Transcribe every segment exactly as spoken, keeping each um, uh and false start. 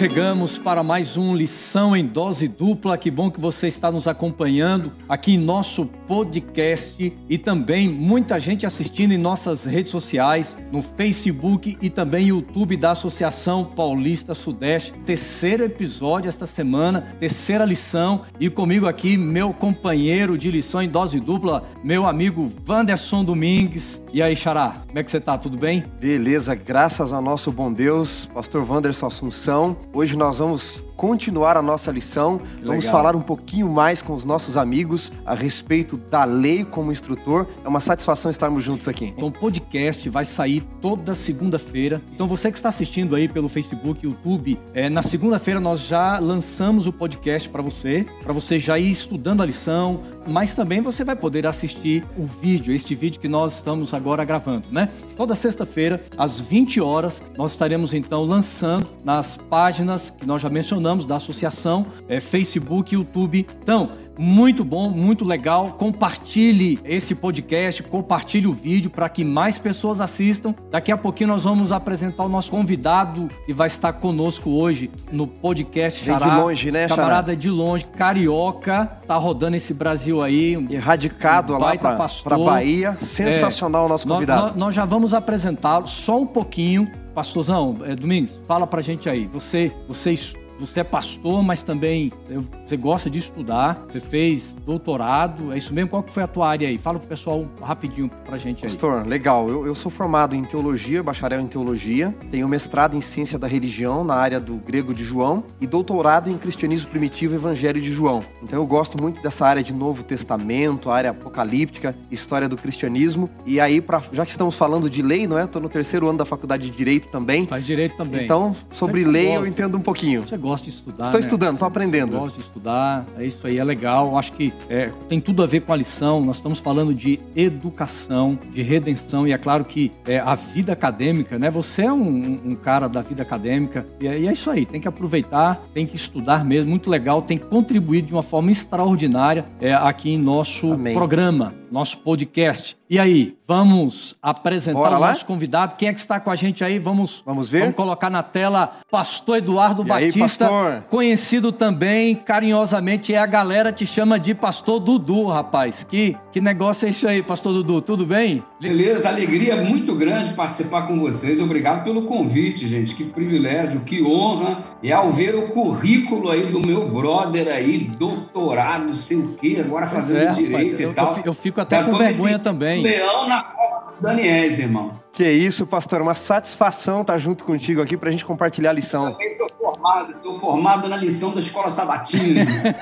chegamos para mais um Lição em Dose Dupla. Que bom que você está nos acompanhando aqui em nosso podcast e também muita gente assistindo em nossas redes sociais, no Facebook e também YouTube da Associação Paulista Sudeste. Terceiro episódio esta semana, terceira lição, e comigo aqui meu companheiro de Lição em Dose Dupla, meu amigo Wanderson Domingues. E aí, Xará, como é que você tá? Tudo bem? Beleza, graças ao nosso bom Deus, pastor Wanderson Assunção. Hoje nós vamos continuar a nossa lição, Que vamos legal. falar um pouquinho mais com os nossos amigos a respeito da lei como instrutor. É uma satisfação estarmos juntos aqui. Então, o podcast vai sair toda segunda-feira. Então, você que está assistindo aí pelo Facebook, YouTube, é, na segunda-feira nós já lançamos o podcast para você, para você já ir estudando a lição, mas também você vai poder assistir o vídeo, este vídeo que nós estamos agora gravando, né? Toda sexta-feira, às vinte horas, nós estaremos então lançando nas páginas que nós já mencionamos da associação, é, Facebook e YouTube. Então, muito bom, muito legal. Compartilhe esse podcast, compartilhe o vídeo para que mais pessoas assistam. Daqui a pouquinho nós vamos apresentar o nosso convidado que vai estar conosco hoje no podcast. Vem Xará, de longe, né, Xará? Camarada de longe, carioca, tá rodando esse Brasil aí. Um Erradicado um lá baita para pastor. Bahia. Sensacional o nosso Nós, convidado. nós- nós já vamos apresentá-lo só um pouquinho. Pastorzão, é, Domingos, fala pra gente aí. Você, você estuda. Você é pastor, mas também você gosta de estudar, você fez doutorado, é isso mesmo? Qual que foi a tua área aí? Fala pro pessoal rapidinho pra gente aí. Pastor, legal. Eu, eu sou formado em teologia, bacharel em teologia, tenho mestrado em ciência da religião na área do grego de João e doutorado em cristianismo primitivo e evangelho de João. Então eu gosto muito dessa área de Novo Testamento, área apocalíptica, história do cristianismo. E aí, pra, já que estamos falando de lei, não é? Estou no terceiro ano da faculdade de Direito também. Faz direito também. Então, sobre Sei que você lei eu gosta. entendo um pouquinho. Você gosta de estudar, Estou né? estudando, estou Você- aprendendo. Você gosta de estudar, é isso aí, é legal. Acho que é, tem tudo a ver com a lição. Nós estamos falando de educação, de redenção, e é claro que é, a vida acadêmica, né? Você é um, um cara da vida acadêmica, e é, e é isso aí, tem que aproveitar, tem que estudar mesmo, muito legal, tem que contribuir de uma forma extraordinária é, aqui em nosso Amém. programa, nosso podcast. E aí, vamos apresentar Bora o lá? nosso convidado. Quem é que está com a gente aí? Vamos, Vamos ver? Vamos colocar na tela Pastor Eduardo E aí, Batista, pastor? conhecido também carinhosamente, é a galera te chama de Pastor Dudu, rapaz. Que, que negócio é isso aí, Pastor Dudu? Tudo bem? Beleza, alegria muito grande participar com vocês. Obrigado pelo convite, gente. Que privilégio, que honra. E ao ver o currículo aí do meu brother aí, doutorado, sei o quê, agora fazendo Pois é, direito rapaz, eu, e tal. eu fi- eu fico até Já com tô me vergonha sentindo também. Leão na Copa dos Daniels, irmão. Que isso, pastor. Uma satisfação estar junto contigo aqui para a gente compartilhar a lição. Também sou formado, sou formado na lição da Escola Sabatina.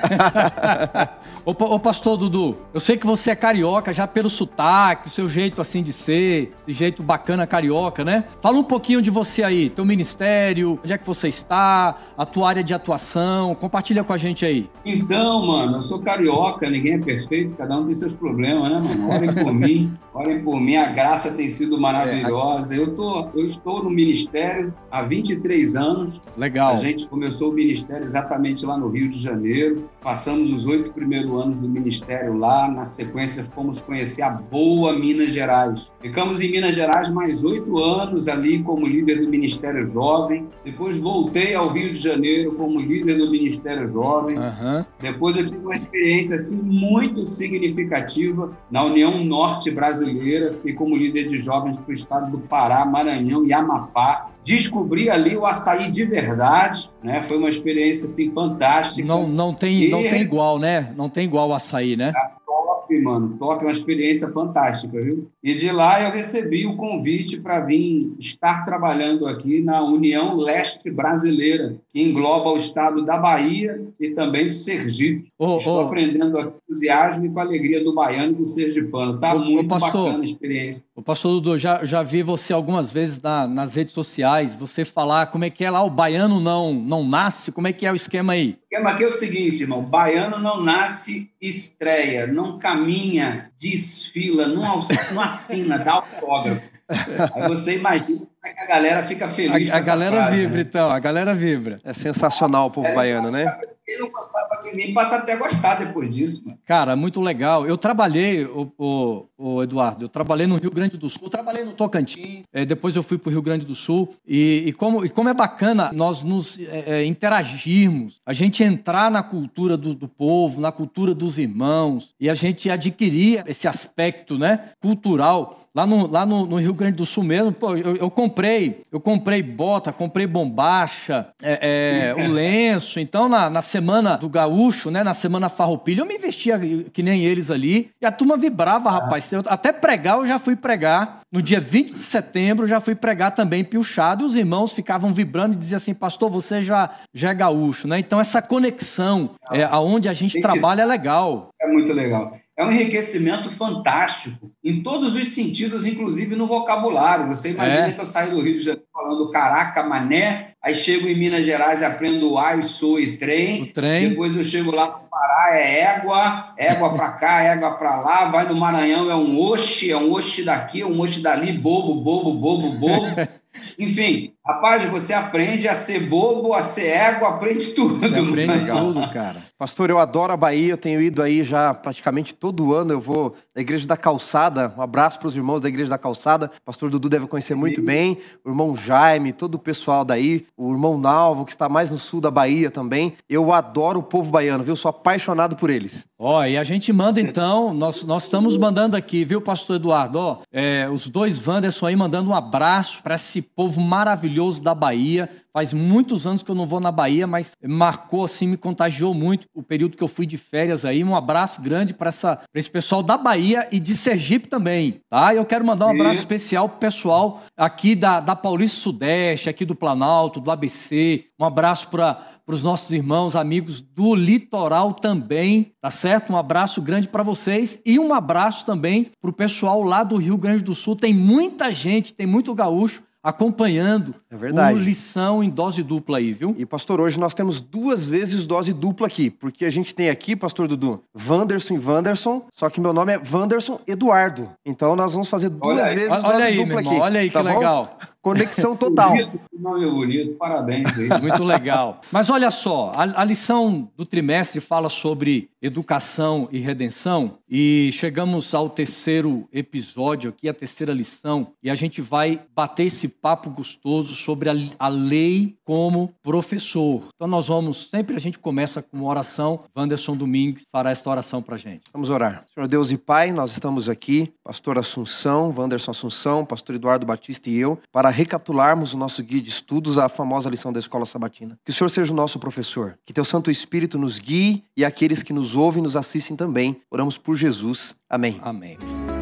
ô, pa- ô, Pastor Dudu, eu sei que você é carioca já pelo sotaque, o seu jeito assim de ser, esse jeito bacana carioca, né? Fala um pouquinho de você aí, teu ministério, onde é que você está, a tua área de atuação, compartilha com a gente aí. Então, mano, eu sou carioca, ninguém é perfeito, cada um tem seus problemas, né, mano? Orem por mim, orem por mim, a graça tem sido maravilhosa. Eu, tô, eu estou no ministério há vinte e três anos. Legal. A gente começou o ministério exatamente lá no Rio de Janeiro. Passamos os oito primeiros anos do ministério lá. Na sequência, fomos conhecer a boa Minas Gerais. Ficamos em Minas Gerais mais oito anos ali como líder do Ministério Jovem. Depois voltei ao Rio de Janeiro como líder do Ministério Jovem. Aham. Depois eu tive uma experiência assim, muito significativa na União Norte Brasileira. Fiquei como líder de jovens para o estado do Pará, Maranhão e Amapá. Descobri ali o açaí de verdade, né? Foi uma experiência assim, fantástica. Não, não, tem, E- não tem igual, né? Não tem igual o açaí, né? Top, mano, top, uma experiência fantástica, viu? E de lá eu recebi o convite para vir estar trabalhando aqui na União Leste Brasileira, que engloba o estado da Bahia e também de Sergipe. Ô, Estou ô. aprendendo com entusiasmo e com a alegria do baiano e do sergipano. Tá Ô, ô, muito pastor. bacana a experiência. O Pastor Dudu, já, já vi você algumas vezes na- nas redes sociais, você falar como é que é lá, o baiano não, não nasce, como é que é o esquema aí? O esquema aqui é o seguinte, irmão, baiano não nasce, estreia, não caminha, desfila, não, aus- não assina, dá autógrafo. Aí você imagina A galera fica feliz A, com a essa galera frase, vibra, né? então. A galera vibra. É sensacional o povo É, baiano, né? Quem não gostava de mim passa até a gostar depois disso, mano. Cara, muito legal. Eu trabalhei, o, o, o Eduardo, eu trabalhei no Rio Grande do Sul, eu trabalhei no Tocantins, é, depois eu fui para o Rio Grande do Sul, e, e, como, e como é bacana nós nos é, é, interagirmos, a gente entrar na cultura do, do povo, na cultura dos irmãos, e a gente adquirir esse aspecto, né, cultural. Lá, no, lá no, no Rio Grande do Sul mesmo, pô, eu, eu comprei, eu comprei bota, comprei bombacha, é, é, o lenço. Então, na, na semana do gaúcho, né, na semana farroupilha, eu me vestia que nem eles ali, e a turma vibrava, rapaz. Eu, até pregar, eu já fui pregar. No dia vinte de setembro, eu já fui pregar também piochado, e os irmãos ficavam vibrando e diziam assim, pastor, você já, já é gaúcho, né? Então, essa conexão, é, aonde a gente trabalha é legal. É muito legal. É um enriquecimento fantástico, em todos os sentidos, inclusive no vocabulário. Você imagina É. que eu saio do Rio de Janeiro falando caraca, mané, aí chego em Minas Gerais e aprendo ai, sou e trem, O trem. depois eu chego lá no Pará, é égua, égua pra cá, égua pra lá, vai no Maranhão, é um oxe, é um oxe daqui, é um oxe dali, bobo, bobo, bobo, bobo. Enfim, rapaz, você aprende a ser bobo, a ser égua, aprende tudo. Você aprende Legal. tudo, cara. Pastor, eu adoro a Bahia, eu tenho ido aí já praticamente todo ano, eu vou na Igreja da Calçada, um abraço para os irmãos da Igreja da Calçada, o pastor Dudu deve conhecer muito bem, o irmão Jaime, todo o pessoal daí, o irmão Nalvo, que está mais no sul da Bahia também, eu adoro o povo baiano, viu, sou apaixonado por eles. Ó, e a gente manda então, nós, nós estamos mandando aqui, viu, pastor Eduardo? Ó, é, os dois Wanderson aí mandando um abraço para esse povo maravilhoso da Bahia. Faz muitos anos que eu não vou na Bahia, mas marcou assim, me contagiou muito o período que eu fui de férias aí. Um abraço grande para esse pessoal da Bahia e de Sergipe também, tá? Eu quero mandar um abraço especial pro pessoal aqui da, da Paulista Sudeste, aqui do Planalto, do A B C. Um abraço para os nossos irmãos, amigos do litoral também, tá certo? Um abraço grande para vocês e um abraço também para o pessoal lá do Rio Grande do Sul. Tem muita gente, tem muito gaúcho acompanhando É verdade. o Lição em dose dupla aí, viu? E pastor, hoje nós temos duas vezes dose dupla aqui, porque a gente tem aqui, pastor Dudu, Wanderson e Wanderson, só que meu nome é Wanderson Eduardo. Então nós vamos fazer duas Olha aí. vezes Olha dose aí, dupla meu irmão, aqui. olha aí tá que bom? legal. Conexão total. Bonito, que nome bonito, parabéns aí. Muito legal. Mas olha só, a, a lição do trimestre fala sobre educação e redenção e chegamos ao terceiro episódio aqui, a terceira lição, e a gente vai bater esse papo gostoso sobre a, a lei como professor. Então nós vamos, sempre a gente começa com uma oração. Wanderson Domingues fará esta oração pra gente. Vamos orar. Senhor Deus e Pai, nós estamos aqui, pastor Assunção, Wanderson Assunção, pastor Eduardo Batista e eu, para recapitularmos o nosso guia de estudos, a famosa lição da Escola Sabatina. Que o Senhor seja o nosso professor, que Teu Santo Espírito nos guie e aqueles que nos ouvem e nos assistem também. Oramos por Jesus. Amém. Amém.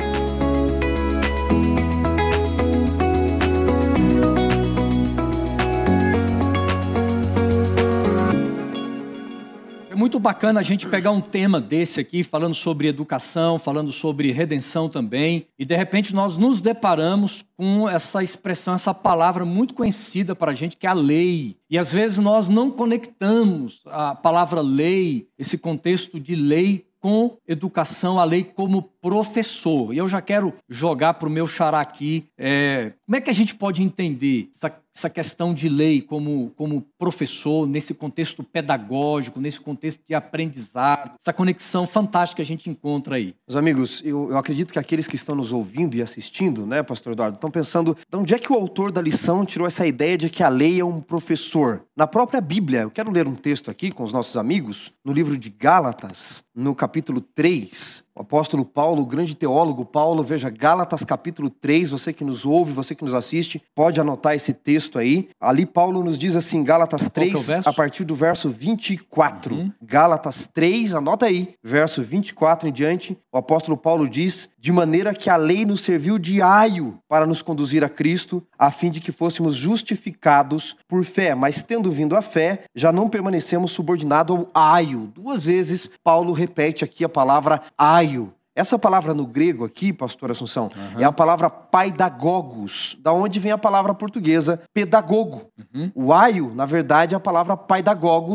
É muito bacana a gente pegar um tema desse aqui, falando sobre educação, falando sobre redenção também, e de repente nós nos deparamos com essa expressão, essa palavra muito conhecida para a gente, que é a lei. E às vezes nós não conectamos a palavra lei, esse contexto de lei, com educação, a lei como professor. E eu já quero jogar para o meu xará aqui, é, como é que a gente pode entender essa, essa questão de lei como, como professor, nesse contexto pedagógico, nesse contexto de aprendizado, essa conexão fantástica que a gente encontra aí. Meus amigos, eu, eu acredito que aqueles que estão nos ouvindo e assistindo, né, pastor Eduardo, estão pensando, de onde é que o autor da lição tirou essa ideia de que a lei é um professor? Na própria Bíblia, eu quero ler um texto aqui com os nossos amigos, no livro de Gálatas, no capítulo três, o apóstolo Paulo, o grande teólogo Paulo, veja, Gálatas capítulo três, você que nos ouve, você que nos assiste, pode anotar esse texto aí. Ali Paulo nos diz assim, Gálatas três, é a partir do verso vinte e quatro. Uhum. Gálatas três, anota aí, verso vinte e quatro em diante, o apóstolo Paulo diz, de maneira que a lei nos serviu de aio para nos conduzir a Cristo, a fim de que fôssemos justificados por fé, mas tendo vindo a fé, já não permanecemos subordinados ao aio. Duas vezes Paulo repete aqui a palavra aio. Essa palavra no grego aqui, pastor Assunção, uhum. é a palavra paidagogos, da onde vem a palavra portuguesa pedagogo. Uhum. O aio, na verdade, é a palavra paidagogos,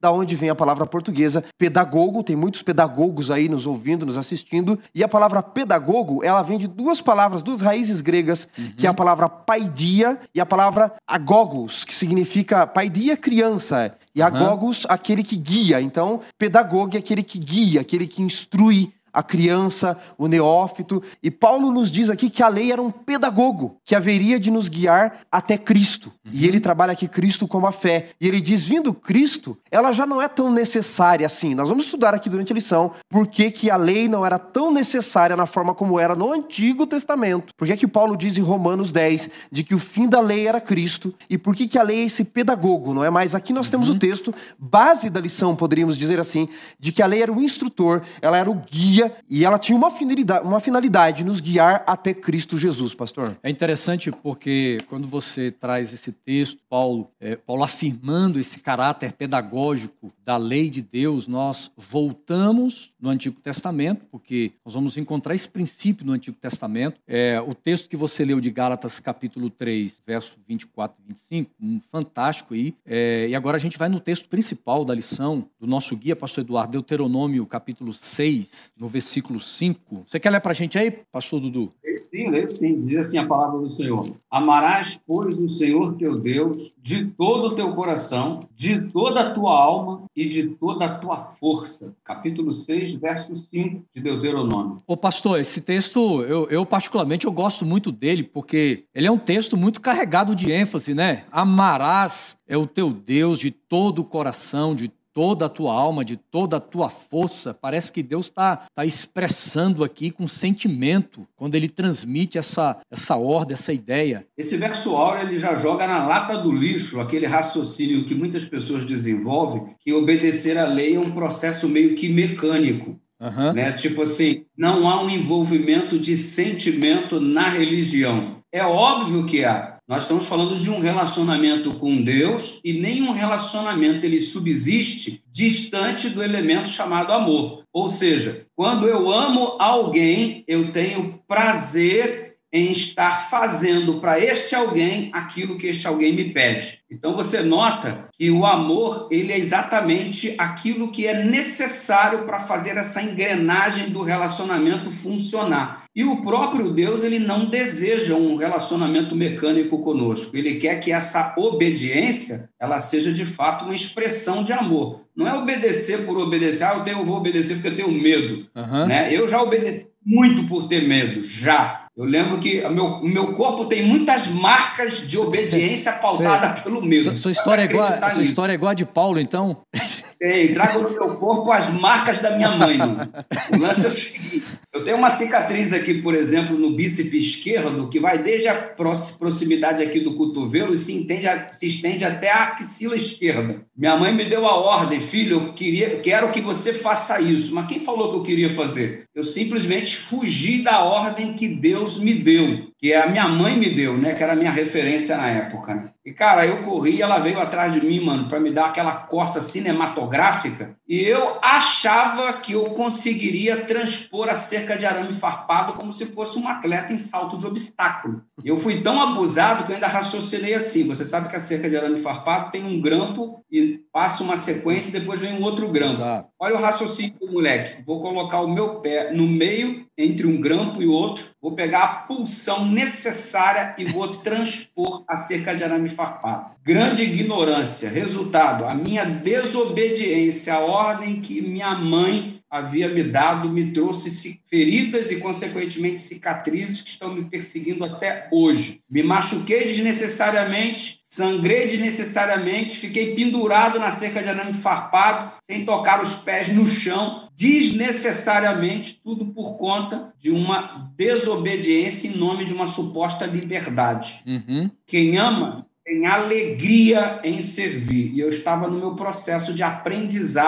da onde vem a palavra portuguesa pedagogo. Tem muitos pedagogos aí nos ouvindo, nos assistindo. E a palavra pedagogo, ela vem de duas palavras, duas raízes gregas, uhum. que é a palavra paidia e a palavra agogos, que significa paidia, criança, e uhum. agogos, aquele que guia. Então, pedagogo é aquele que guia, aquele que instrui a criança, o neófito. E Paulo nos diz aqui que a lei era um pedagogo que haveria de nos guiar até Cristo. Uhum. E ele trabalha aqui Cristo como a fé. E ele diz, vindo Cristo, ela já não é tão necessária assim. Nós vamos estudar aqui durante a lição por que que a lei não era tão necessária na forma como era no Antigo Testamento. Por que que Paulo diz em Romanos dez de que o fim da lei era Cristo. E por que que a lei é esse pedagogo, não é? Mas aqui nós uhum. temos o texto, base da lição, poderíamos dizer assim, de que a lei era o instrutor, ela era o guia, e ela tinha uma finalidade, uma finalidade, nos guiar até Cristo Jesus, pastor. É interessante porque quando você traz esse texto, Paulo, é, Paulo afirmando esse caráter pedagógico da lei de Deus, nós voltamos no Antigo Testamento, porque nós vamos encontrar esse princípio no Antigo Testamento. É, o texto que você leu de Gálatas, capítulo três, verso vinte e quatro e vinte e cinco, um fantástico aí. É, e agora a gente vai no texto principal da lição do nosso guia, pastor Eduardo, Deuteronômio, capítulo seis, no versículo cinco. Você quer ler para a gente aí, pastor Dudu? Sim, leio sim. Diz assim a palavra do Senhor. Amarás, pois, o Senhor teu Deus de todo o teu coração, de toda a tua alma e de toda a tua força. Capítulo seis, verso cinco de Deuteronômio. Ô pastor, esse texto, eu, eu particularmente, eu gosto muito dele, porque ele é um texto muito carregado de ênfase, né? Amarás é o teu Deus de todo o coração, de toda a tua alma, de toda a tua força. Parece que Deus está tá expressando aqui com sentimento, quando ele transmite essa, essa ordem, essa ideia. Esse verso áureo, ele já joga na lata do lixo aquele raciocínio que muitas pessoas desenvolvem, que obedecer à lei é um processo meio que mecânico. Uhum. Né? Tipo assim, não há um envolvimento de sentimento na religião. É óbvio que há. Nós estamos falando de um relacionamento com Deus e nenhum relacionamento ele subsiste distante do elemento chamado amor. Ou seja, quando eu amo alguém, eu tenho prazer em estar fazendo para este alguém aquilo que este alguém me pede. Então você nota que o amor ele é exatamente aquilo que é necessário para fazer essa engrenagem do relacionamento funcionar. E o próprio Deus ele não deseja um relacionamento mecânico conosco. Ele quer que essa obediência ela seja de fato uma expressão de amor. Não é obedecer por obedecer. Ah, eu, tenho, eu vou obedecer porque eu tenho medo. Uhum. Né? Eu já obedeci muito por ter medo, já. Eu lembro que o meu, o meu corpo tem muitas marcas de obediência pautada Cê, pelo medo. Sua, sua, história é igual, sua história é igual a de Paulo, então? Tem, trago no meu corpo as marcas da minha mãe, mano. O lance é o seguinte, eu tenho uma cicatriz aqui, por exemplo, no bíceps esquerdo, que vai desde a proximidade aqui do cotovelo e se, entende, se estende até a axila esquerda. Minha mãe me deu a ordem, filho, eu queria, quero que você faça isso. Mas quem falou que eu queria fazer? Eu simplesmente fugi da ordem que Deus me deu, que a minha mãe me deu, né? Que era a minha referência na época, né? E, cara, eu corri e ela veio atrás de mim, mano, para me dar aquela coça cinematográfica e eu achava que eu conseguiria transpor a cerca de arame farpado como se fosse um atleta em salto de obstáculo. Eu fui tão abusado que eu ainda raciocinei assim. Você sabe que a cerca de arame farpado tem um grampo e passa uma sequência e depois vem um outro grampo. Exato. Olha o raciocínio do moleque. Vou colocar o meu pé no meio, entre um grampo e outro, vou pegar a pulsão necessária e vou transpor a cerca de arame farpado. Grande ignorância. Resultado, a minha desobediência à ordem que minha mãe havia me dado me trouxe feridas e, consequentemente, cicatrizes que estão me perseguindo até hoje. Me machuquei desnecessariamente, sangrei desnecessariamente, fiquei pendurado na cerca de arame farpado, sem tocar os pés no chão, desnecessariamente, tudo por conta de uma desobediência em nome de uma suposta liberdade. Uhum. Quem ama tem alegria em servir. E eu estava no meu processo de aprendizado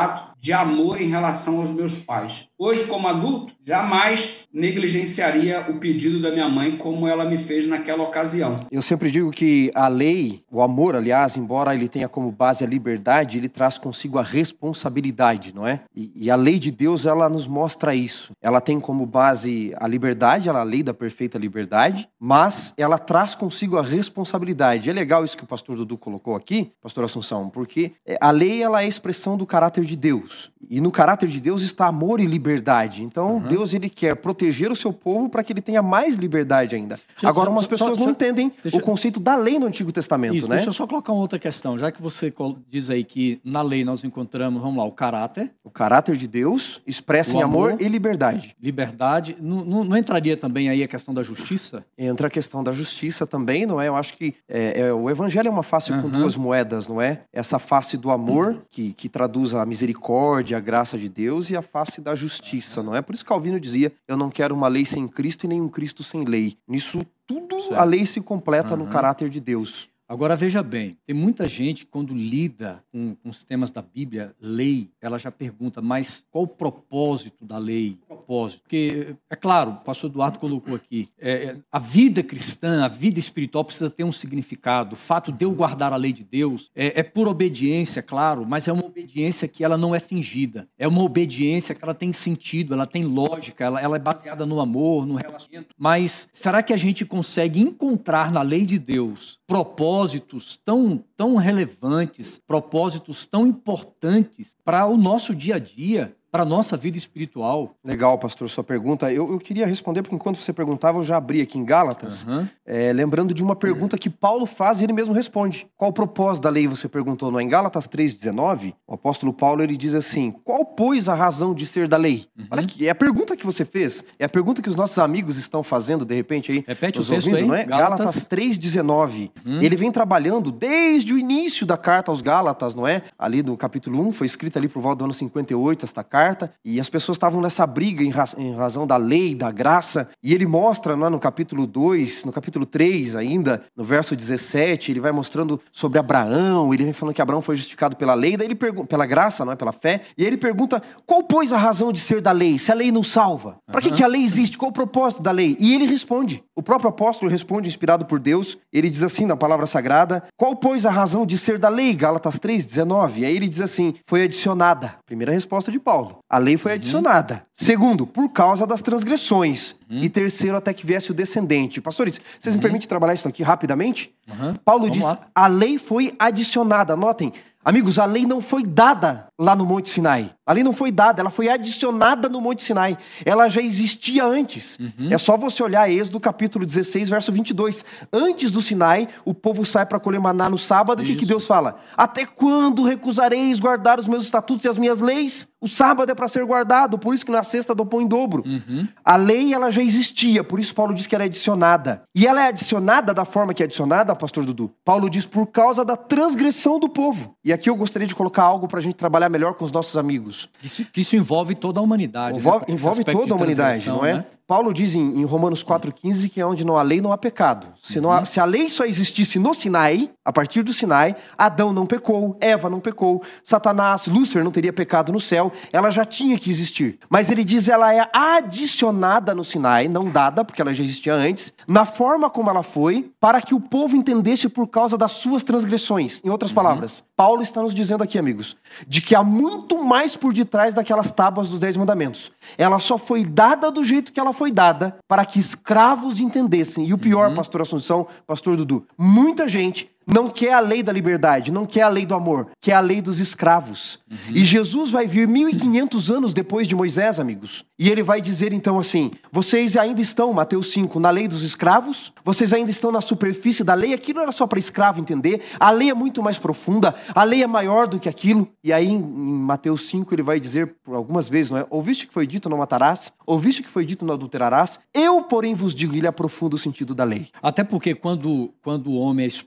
de amor em relação aos meus pais. Hoje, como adulto, jamais negligenciaria o pedido da minha mãe como ela me fez naquela ocasião. Eu sempre digo que a lei, o amor, aliás, embora ele tenha como base a liberdade, ele traz consigo a responsabilidade, não é? E, e a lei de Deus, ela nos mostra isso. Ela tem como base a liberdade, ela é a lei da perfeita liberdade, mas ela traz consigo a responsabilidade. É legal isso que o pastor Dudu colocou aqui, pastor Assunção, porque a lei, ela é a expressão do caráter de Deus. E no caráter de Deus está amor e liberdade. Então, uhum. Deus, ele quer proteger o seu povo para que ele tenha mais liberdade ainda. Deixa, Agora, umas pessoas só, não só, entendem deixa, o conceito da lei no Antigo Testamento, isso, né? Deixa eu só colocar uma outra questão. Já que você diz aí que na lei nós encontramos, vamos lá, o caráter. O caráter de Deus expressa em amor, amor e liberdade. Liberdade. Não, não, não entraria também aí a questão da justiça? Entra a questão da justiça também, não é? Eu acho que é, é, o evangelho é uma face uhum. com duas moedas, não é? Essa face do amor, uhum. que, que traduz a misericórdia, a graça de Deus, e a face da justiça, não é? Por isso Calvino dizia, eu não quero uma lei sem Cristo e nem um Cristo sem lei. Nisso tudo certo. A lei se completa uhum. no caráter de Deus. Agora, veja bem, tem muita gente, quando lida com, com os temas da Bíblia, lei, ela já pergunta, mas qual o propósito da lei? Propósito. Porque, é claro, o pastor Eduardo colocou aqui, é, a vida cristã, a vida espiritual precisa ter um significado. O fato de eu guardar a lei de Deus é, é por obediência, claro, mas é uma obediência que ela não é fingida. É uma obediência que ela tem sentido, ela tem lógica, ela, ela é baseada no amor, no relacionamento. Mas será que a gente consegue encontrar na lei de Deus propósito? Propósitos tão, tão relevantes, propósitos tão importantes para o nosso dia a dia, para a nossa vida espiritual? Legal, pastor, sua pergunta. Eu, eu queria responder, porque enquanto você perguntava, eu já abri aqui em Gálatas, uhum. é, lembrando de uma pergunta que Paulo faz e ele mesmo responde. Qual o propósito da lei, você perguntou, não é? Em Gálatas três, dezenove, o apóstolo Paulo, ele diz assim, qual, pois, a razão de ser da lei? Uhum. Olha aqui, é a pergunta que você fez, é a pergunta que os nossos amigos estão fazendo, de repente, aí. Repete o texto ouvindo, aí. Não é? Gálatas, Gálatas três, dezenove. Uhum. Ele vem trabalhando desde o início da carta aos Gálatas, não é? Ali no capítulo um, foi escrita ali por volta do ano cinquenta e oito, esta carta. E as pessoas estavam nessa briga em, raz, em razão da lei, da graça, e ele mostra lá no capítulo dois, no capítulo três ainda, no verso dezessete, ele vai mostrando sobre Abraão, ele vem falando que Abraão foi justificado pela lei, daí ele pergunta, pela graça, não é pela fé, e aí ele pergunta, qual pois a razão de ser da lei, se a lei não salva? Para que, que a lei existe? Qual o propósito da lei? E ele responde, o próprio apóstolo responde, inspirado por Deus, ele diz assim na palavra sagrada, qual pois a razão de ser da lei? Gálatas três, dezenove, e aí ele diz assim, foi adicionada, primeira resposta de Paulo, a lei foi adicionada. Uhum. Segundo, por causa das transgressões. Uhum. E terceiro, até que viesse o descendente. Pastores, vocês uhum. me permitem trabalhar isso aqui rapidamente? Uhum. Paulo Vamos diz, lá. A lei foi adicionada. Notem, amigos, a lei não foi dada lá no Monte Sinai. A lei não foi dada, ela foi adicionada no Monte Sinai. Ela já existia antes. Uhum. É só você olhar Êxodo capítulo dezesseis, verso vinte e dois. Antes do Sinai, o povo sai para colher maná no sábado. O que, que Deus fala? Até quando recusareis guardar os meus estatutos e as minhas leis? O sábado é para ser guardado, por isso que na sexta dou pão em dobro. Uhum. A lei, ela já existia, por isso Paulo diz que ela é adicionada. E ela é adicionada da forma que é adicionada, pastor Dudu? Paulo diz por causa da transgressão do povo. E aqui eu gostaria de colocar algo para a gente trabalhar melhor com os nossos amigos. Isso, isso envolve toda a humanidade. Envolve, né? envolve toda a humanidade, não é? Né? Paulo diz em, em Romanos quatro, quinze que é onde não há lei, não há pecado. Se, não há, se a lei só existisse no Sinai, a partir do Sinai, Adão não pecou, Eva não pecou, Satanás, Lúcifer não teria pecado no céu, ela já tinha que existir. Mas ele diz ela é adicionada no Sinai, não dada, porque ela já existia antes, na forma como ela foi, para que o povo entendesse por causa das suas transgressões. Em outras uhum. palavras, Paulo está nos dizendo aqui, amigos, de que há muito mais por detrás daquelas tábuas dos Dez Mandamentos. Ela só foi dada do jeito que ela foi dada para que escravos entendessem. E o pior, uhum. pastor Assunção, pastor Dudu, muita gente não quer a lei da liberdade, não quer a lei do amor, quer a lei dos escravos. Uhum. E Jesus vai vir mil e quinhentos anos depois de Moisés, amigos. E ele vai dizer então assim, vocês ainda estão, Mateus cinco, na lei dos escravos? Vocês ainda estão na superfície da lei? Aquilo era só para escravo entender. A lei é muito mais profunda, a lei é maior do que aquilo. E aí em Mateus cinco ele vai dizer por algumas vezes, não é? Ouviste que foi dito, não matarás? Ouviste que foi dito, não adulterarás? Eu, porém, vos digo, ele aprofunda o sentido da lei. Até porque quando, quando o homem é expulso do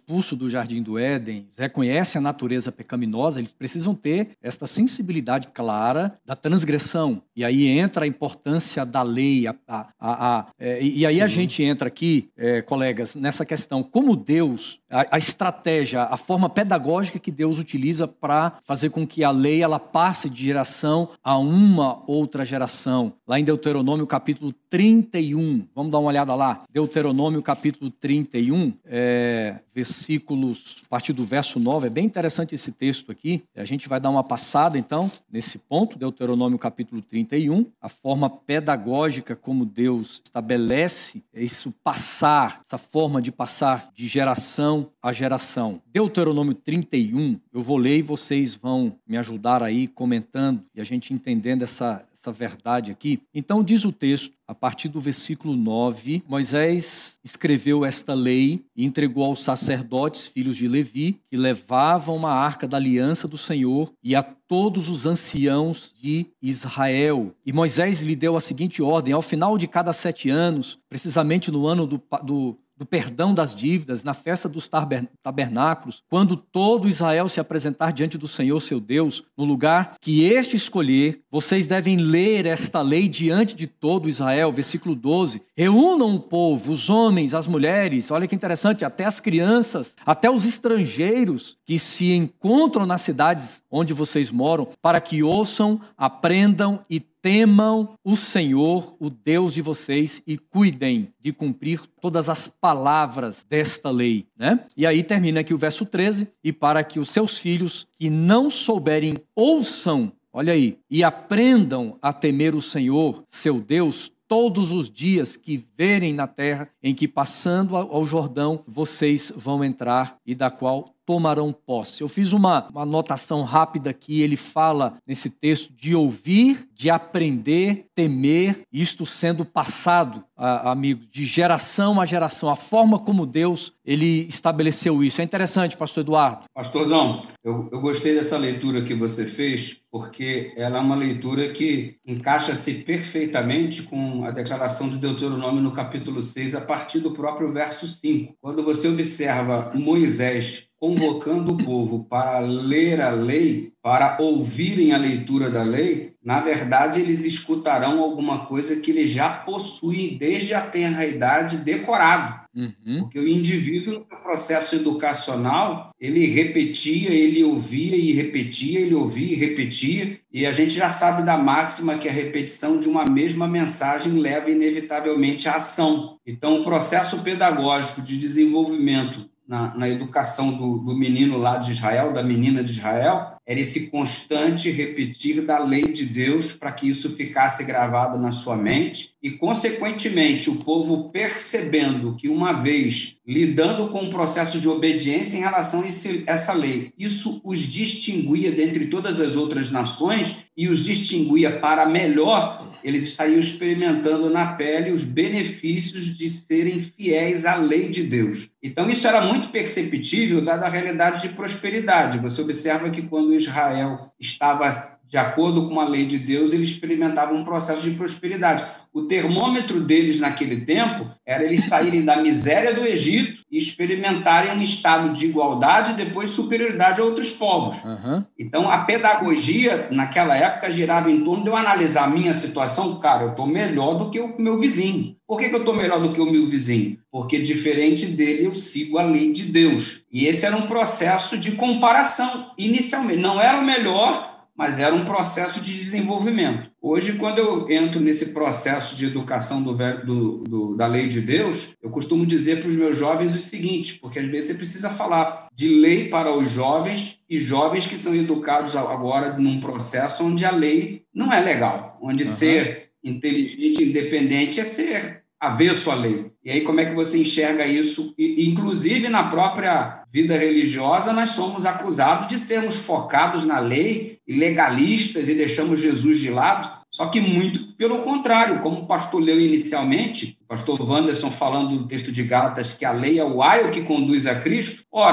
do Jardim do Éden reconhecem a natureza pecaminosa, eles precisam ter esta sensibilidade clara da transgressão. E aí entra a importância da lei. A, a, a, a, é, e aí Sim. a gente entra aqui, é, colegas, nessa questão, como Deus, a, a estratégia, a forma pedagógica que Deus utiliza para fazer com que a lei ela passe de geração a uma outra geração. Lá em Deuteronômio, capítulo trinta e um, vamos dar uma olhada lá. Deuteronômio, capítulo trinta e um, é, versículos, a partir do verso nove, é bem interessante esse texto aqui. A gente vai dar uma passada, então, nesse ponto, Deuteronômio, capítulo trinta e um, a forma pedagógica como Deus estabelece isso passar, essa forma de passar de geração a geração. Deuteronômio trinta e um, eu vou ler e vocês vão me ajudar aí comentando e a gente entendendo essa, essa verdade aqui. Então diz o texto, a partir do versículo nove, Moisés escreveu esta lei e entregou aos sacerdotes, filhos de Levi, que levavam uma arca da aliança do Senhor e a todos os anciãos de Israel. E Moisés lhe deu a seguinte ordem: ao final de cada sete anos, precisamente no ano do, do do perdão das dívidas, na festa dos tabernáculos, quando todo Israel se apresentar diante do Senhor, seu Deus, no lugar que este escolher, vocês devem ler esta lei diante de todo Israel. Versículo doze, reúnam o povo, os homens, as mulheres, olha que interessante, até as crianças, até os estrangeiros que se encontram nas cidades onde vocês moram, para que ouçam, aprendam e temam o Senhor, o Deus de vocês, e cuidem de cumprir todas as palavras desta lei, né? E aí termina aqui o verso treze, e para que os seus filhos que não souberem ouçam, olha aí, e aprendam a temer o Senhor, seu Deus, todos os dias que verem na terra em que, passando ao Jordão, vocês vão entrar e da qual tomarão posse. Eu fiz uma, uma anotação rápida aqui, ele fala nesse texto de ouvir, de aprender, temer, isto sendo passado, ah, amigo, de geração a geração, a forma como Deus ele estabeleceu isso. É interessante, pastor Eduardo. Pastorzão, eu, eu gostei dessa leitura que você fez, porque ela é uma leitura que encaixa-se perfeitamente com a declaração de Deuteronômio no capítulo seis, a partir do próprio verso cinco. Quando você observa Moisés convocando o povo para ler a lei, para ouvirem a leitura da lei, na verdade eles escutarão alguma coisa que eles já possuem desde a tenra idade decorado. Uhum. Porque o indivíduo, no seu processo educacional, ele repetia, ele ouvia e repetia, ele ouvia e repetia, e a gente já sabe da máxima que a repetição de uma mesma mensagem leva inevitavelmente à ação. Então, o processo pedagógico de desenvolvimento Na, na educação do, do menino lá de Israel, da menina de Israel, era esse constante repetir da lei de Deus para que isso ficasse gravado na sua mente e, consequentemente, o povo percebendo que, uma vez lidando com o processo de obediência em relação a esse, essa lei, isso os distinguia dentre todas as outras nações e os distinguia para melhor, eles estariam experimentando na pele os benefícios de serem fiéis à lei de Deus. Então, isso era muito perceptível, dada a realidade de prosperidade. Você observa que quando Israel estava de acordo com a lei de Deus, eles experimentavam um processo de prosperidade. O termômetro deles naquele tempo era eles saírem da miséria do Egito e experimentarem um estado de igualdade e depois superioridade a outros povos. Uhum. Então, a pedagogia, naquela época, girava em torno de eu analisar a minha situação. Cara, eu estou melhor do que o meu vizinho. Por que, que eu estou melhor do que o meu vizinho? Porque, diferente dele, eu sigo a lei de Deus. E esse era um processo de comparação, inicialmente. Não era o melhor, mas era um processo de desenvolvimento. Hoje, quando eu entro nesse processo de educação do, do, do, da lei de Deus, eu costumo dizer para os meus jovens o seguinte, porque às vezes você precisa falar de lei para os jovens e jovens que são educados agora num processo onde a lei não é legal, onde uhum. ser inteligente e independente é ser avesso à lei. E aí, como é que você enxerga isso? E, inclusive, na própria vida religiosa, nós somos acusados de sermos focados na lei e legalistas e deixamos Jesus de lado. Só que muito pelo contrário, como o pastor leu inicialmente, o pastor Wanderson falando do texto de Gálatas, que a lei é o aio que conduz a Cristo. Ora,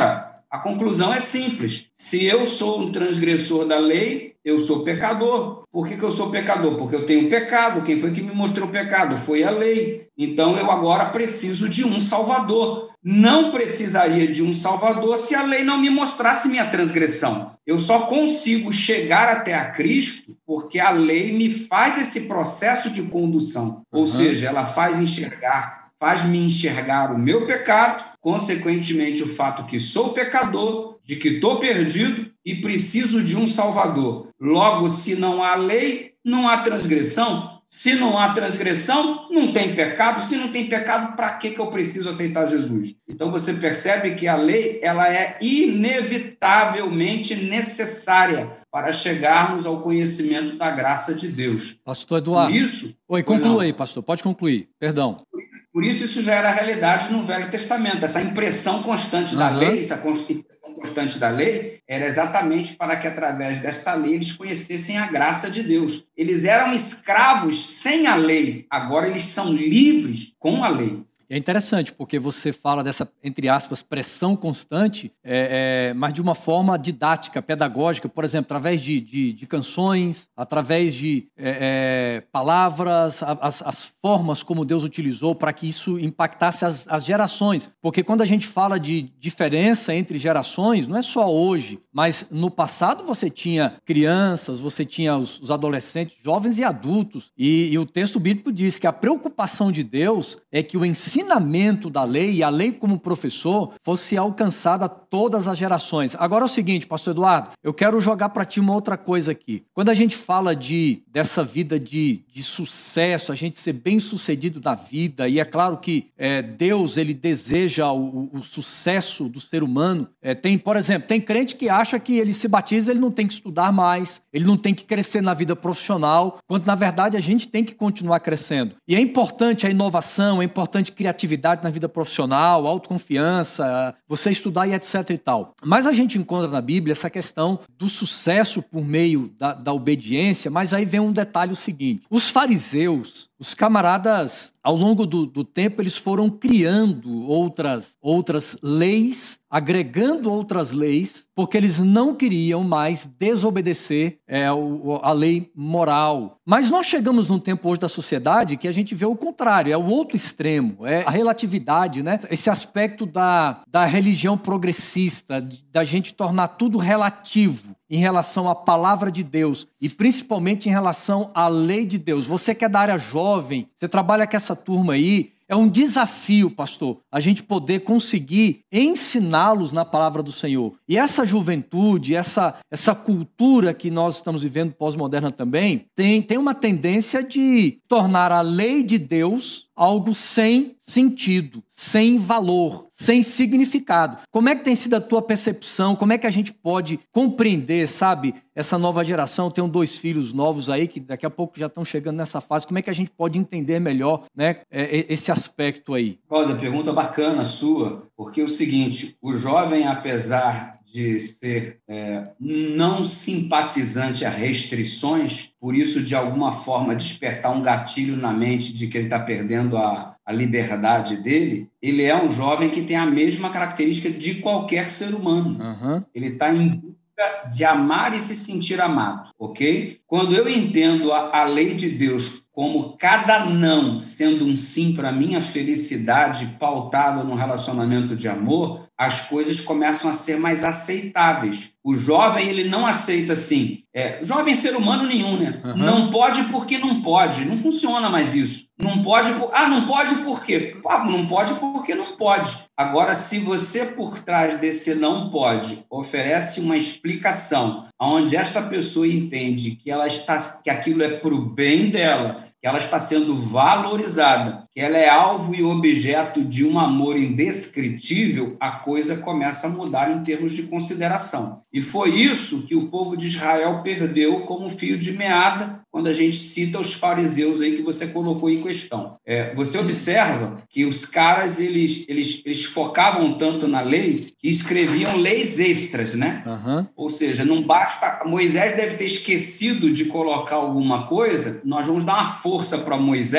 A conclusão é simples. Se eu sou um transgressor da lei, eu sou pecador. Por que que eu sou pecador? Porque eu tenho pecado. Quem foi que me mostrou o pecado? Foi a lei. Então, eu agora preciso de um Salvador. Não precisaria de um Salvador se a lei não me mostrasse minha transgressão. Eu só consigo chegar até a Cristo porque a lei me faz esse processo de condução. Ou uhum. seja, ela faz enxergar, faz-me enxergar o meu pecado, consequentemente o fato que sou pecador, de que estou perdido e preciso de um Salvador. Logo, se não há lei, não há transgressão. Se não há transgressão, não tem pecado. Se não tem pecado, para que que eu preciso aceitar Jesus? Então, você percebe que a lei ela é inevitavelmente necessária para chegarmos ao conhecimento da graça de Deus. Pastor Eduardo. Por isso... Oi, conclua aí, pastor. Pode concluir. Perdão. Por isso, isso já era realidade no Velho Testamento. Essa impressão constante da uhum. lei, essa impressão constante da lei, era exatamente para que, através desta lei, eles conhecessem a graça de Deus. Eles eram escravos sem a lei, agora eles são livres com a lei. É interessante, porque você fala dessa, entre aspas, pressão constante, é, é, mas de uma forma didática, pedagógica, por exemplo, através de, de, de canções, através de é, é, palavras, as, as formas como Deus utilizou para que isso impactasse as, as gerações. Porque quando a gente fala de diferença entre gerações, não é só hoje, mas no passado você tinha crianças, você tinha os, os adolescentes, jovens e adultos, e, e o texto bíblico diz que a preocupação de Deus é que o ensino O ensinamento da lei e a lei como professor fosse alcançada a todas as gerações. Agora é o seguinte, pastor Eduardo, eu quero jogar para ti uma outra coisa aqui. Quando a gente fala de, dessa vida de, de sucesso, a gente ser bem sucedido na vida, e é claro que é, Deus ele deseja o, o sucesso do ser humano. É, tem, por exemplo, tem crente que acha que ele se batiza, ele não tem que estudar mais, ele não tem que crescer na vida profissional, quando na verdade a gente tem que continuar crescendo. E é importante a inovação, é importante criar criatividade na vida profissional, autoconfiança, você estudar e etc e tal. Mas a gente encontra na Bíblia essa questão do sucesso por meio da, da obediência, mas aí vem um detalhe o seguinte, os fariseus, os camaradas, ao longo do, do tempo, eles foram criando outras, outras leis, agregando outras leis, porque eles não queriam mais desobedecer é, o, a lei moral. Mas nós chegamos num tempo hoje da sociedade que a gente vê o contrário, é o outro extremo, é a relatividade, né? Esse aspecto da, da religião progressista, da gente tornar tudo relativo em relação à palavra de Deus e principalmente em relação à lei de Deus. Você que é da área jovem, você trabalha com essa turma aí, é um desafio, pastor, a gente poder conseguir ensiná-los na palavra do Senhor. E essa juventude, essa, essa cultura que nós estamos vivendo pós-moderna também, tem, tem uma tendência de tornar a lei de Deus algo sem sentido, sem valor, sem significado. Como é que tem sido a tua percepção? Como é que a gente pode compreender, sabe, essa nova geração? Eu tenho dois filhos novos aí que daqui a pouco já estão chegando nessa fase. Como é que a gente pode entender melhor, né, esse aspecto aí? Olha, pergunta bacana sua, porque é o seguinte, o jovem, apesar de ser é, não simpatizante a restrições, por isso, de alguma forma, despertar um gatilho na mente de que ele está perdendo a, a liberdade dele, ele é um jovem que tem a mesma característica de qualquer ser humano. Uhum. Ele está em busca de amar e se sentir amado, ok? Quando eu entendo a, a lei de Deus como cada não sendo um sim para a minha felicidade pautado no relacionamento de amor, as coisas começam a ser mais aceitáveis. O jovem, ele não aceita assim. É, jovem ser humano nenhum, né? Uhum. Não pode porque não pode. Não funciona mais isso. Não pode... Por... Ah, não pode por quê? Ah, não pode porque não pode. Agora, se você, por trás desse não pode, oferece uma explicação onde esta pessoa entende que, ela está, que aquilo é para o bem dela, que ela está sendo valorizada, que ela é alvo e objeto de um amor indescritível, a coisa começa a mudar em termos de consideração. E foi isso que o povo de Israel perdeu como fio de meada, quando a gente cita os fariseus aí que você colocou em questão. É, você observa que os caras, eles, eles, eles focavam tanto na lei que escreviam leis extras, né? Uhum. Ou seja, não basta... Moisés deve ter esquecido de colocar alguma coisa, nós vamos dar uma força para Moisés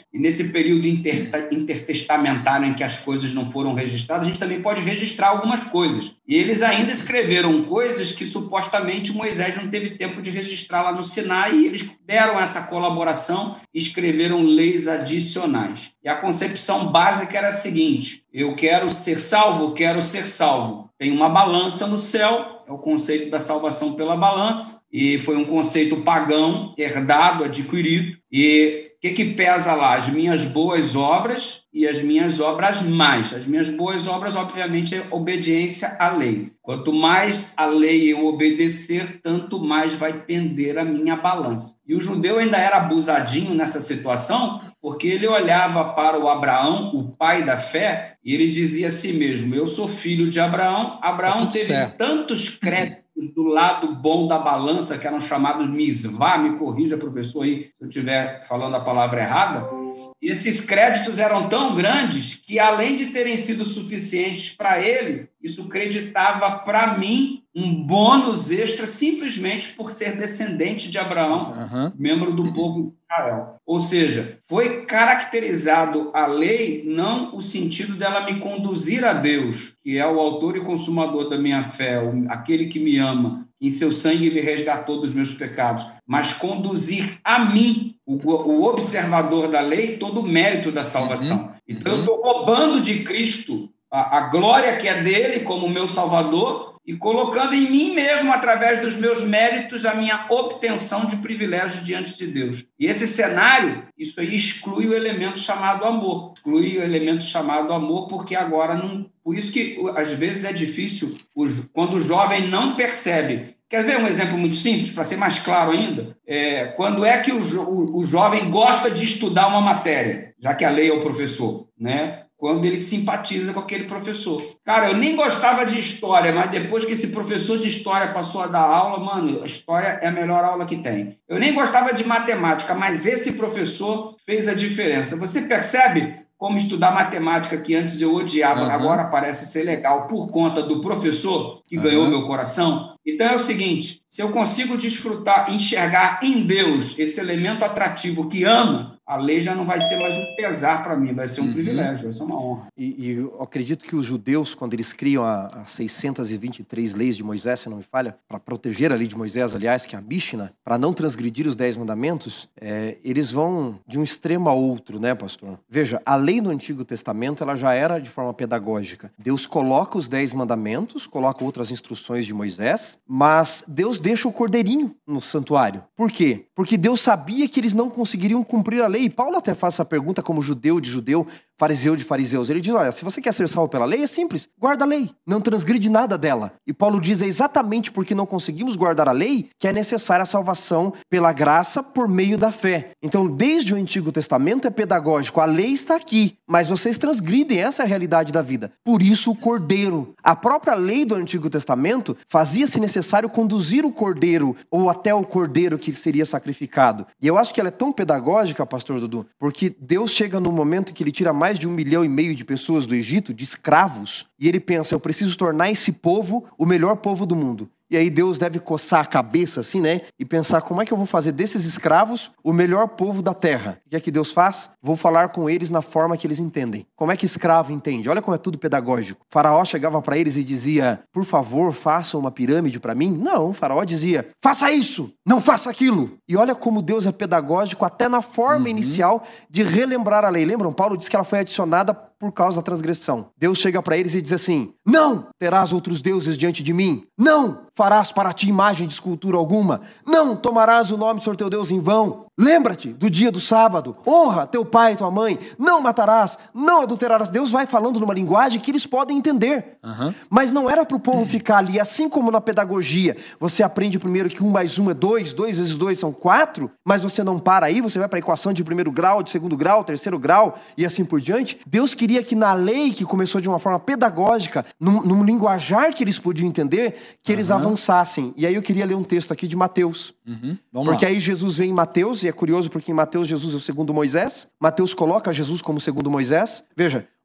e nesse período inter, intertestamentário em que as coisas não foram registradas, a gente também pode registrar algumas coisas. E eles ainda escreveram coisas que supostamente Moisés não teve tempo de registrar lá no Sinai, e eles deram essa colaboração e escreveram leis adicionais. E a concepção básica era a seguinte: eu quero ser salvo, quero ser salvo. Tem uma balança no céu, é o conceito da salvação pela balança, e foi um conceito pagão, herdado, adquirido. E o que, que pesa lá? As minhas boas obras e as minhas obras mais. As minhas boas obras, obviamente, é obediência à lei. Quanto mais a lei eu obedecer, tanto mais vai pender a minha balança. E o judeu ainda era abusadinho nessa situação, porque ele olhava para o Abraão, o pai da fé, e ele dizia a si mesmo: eu sou filho de Abraão. Abraão tá teve certo. Tantos créditos do lado bom da balança, que eram chamados misvá, me corrija, professor, aí, se eu estiver falando a palavra errada. E esses créditos eram tão grandes que, além de terem sido suficientes para ele, isso creditava para mim um bônus extra simplesmente por ser descendente de Abraão, uhum. membro do povo de Israel. Ou seja, foi caracterizado a lei não o sentido dela me conduzir a Deus, que é o autor e consumador da minha fé, aquele que me ama, em seu sangue me resgatou dos meus pecados, mas conduzir a mim, o, o observador da lei, todo o mérito da salvação. Uhum. Então, eu estou roubando de Cristo a, a glória que é dele como meu Salvador e colocando em mim mesmo, através dos meus méritos, a minha obtenção de privilégios diante de Deus. E esse cenário, isso aí exclui o elemento chamado amor. Exclui o elemento chamado amor, porque agora não... Por isso que, às vezes, é difícil quando o jovem não percebe. Quer ver um exemplo muito simples, para ser mais claro ainda? É, quando é que o, jo, o, o jovem gosta de estudar uma matéria, já que a lei é o professor, né? Quando ele simpatiza com aquele professor. Cara, eu nem gostava de história, mas depois que esse professor de história passou a dar aula, mano, a história é a melhor aula que tem. Eu nem gostava de matemática, mas esse professor fez a diferença. Você percebe como estudar matemática, que antes eu odiava, uhum. agora parece ser legal, por conta do professor que uhum. ganhou meu coração? Então é o seguinte, se eu consigo desfrutar, enxergar em Deus esse elemento atrativo que ama, a lei já não vai ser mais um pesar para mim, vai ser um uhum. privilégio, vai ser uma honra. E, e eu acredito que os judeus, quando eles criam as seiscentas e vinte e três leis de Moisés, se não me falha, para proteger a lei de Moisés, aliás, que é a Mishnah, para não transgredir os dez mandamentos, é, eles vão de um extremo a outro, né, pastor? Veja, a lei no Antigo Testamento, ela já era de forma pedagógica. Deus coloca os dez mandamentos, coloca outras instruções de Moisés, mas Deus deixa o cordeirinho no santuário. Por quê? Porque Deus sabia que eles não conseguiriam cumprir a lei. E Paulo até faz essa pergunta como judeu de judeu, fariseu de fariseus. Ele diz, olha, se você quer ser salvo pela lei, é simples, guarda a lei, não transgride nada dela. E Paulo diz, é exatamente porque não conseguimos guardar a lei que é necessária a salvação pela graça por meio da fé. Então, desde o Antigo Testamento é pedagógico, a lei está aqui, mas vocês transgridem, essa é a realidade da vida. Por isso o cordeiro. A própria lei do Antigo Testamento fazia-se necessário conduzir o cordeiro, ou até o cordeiro que seria sacrificado. E eu acho que ela é tão pedagógica, pastor Dudu, porque Deus chega no momento que ele tira mais de um milhão e meio de pessoas do Egito, de escravos, e ele pensa, eu preciso tornar esse povo o melhor povo do mundo. E aí Deus deve coçar a cabeça assim, né? E pensar, como é que eu vou fazer desses escravos o melhor povo da terra? O que é que Deus faz? Vou falar com eles na forma que eles entendem. Como é que escravo entende? Olha como é tudo pedagógico. O faraó chegava para eles e dizia, por favor, façam uma pirâmide para mim. Não, o faraó dizia, faça isso, não faça aquilo. E olha como Deus é pedagógico até na forma uhum. inicial de relembrar a lei. Lembram? Paulo diz que ela foi adicionada por causa da transgressão. Deus chega para eles e diz assim, não terás outros deuses diante de mim. Não farás para ti imagem de escultura alguma. Não tomarás o nome do Senhor teu Deus em vão. Lembra-te do dia do sábado. Honra teu pai e tua mãe. Não matarás. Não adulterarás. Deus vai falando numa linguagem que eles podem entender. Uhum. Mas não era para o povo ficar ali. Assim como na pedagogia, você aprende primeiro que um mais um é dois, dois vezes dois são quatro, mas você não para aí, você vai para a equação de primeiro grau, de segundo grau, terceiro grau e assim por diante. Deus queria que na lei, que começou de uma forma pedagógica, num, num linguajar que eles podiam entender, que eles uhum. avançassem. E aí eu queria ler um texto aqui de Mateus. Uhum. Porque lá. Aí Jesus vem em Mateus, e é curioso porque em Mateus Jesus é o segundo Moisés. Mateus coloca Jesus como segundo Moisés. Veja,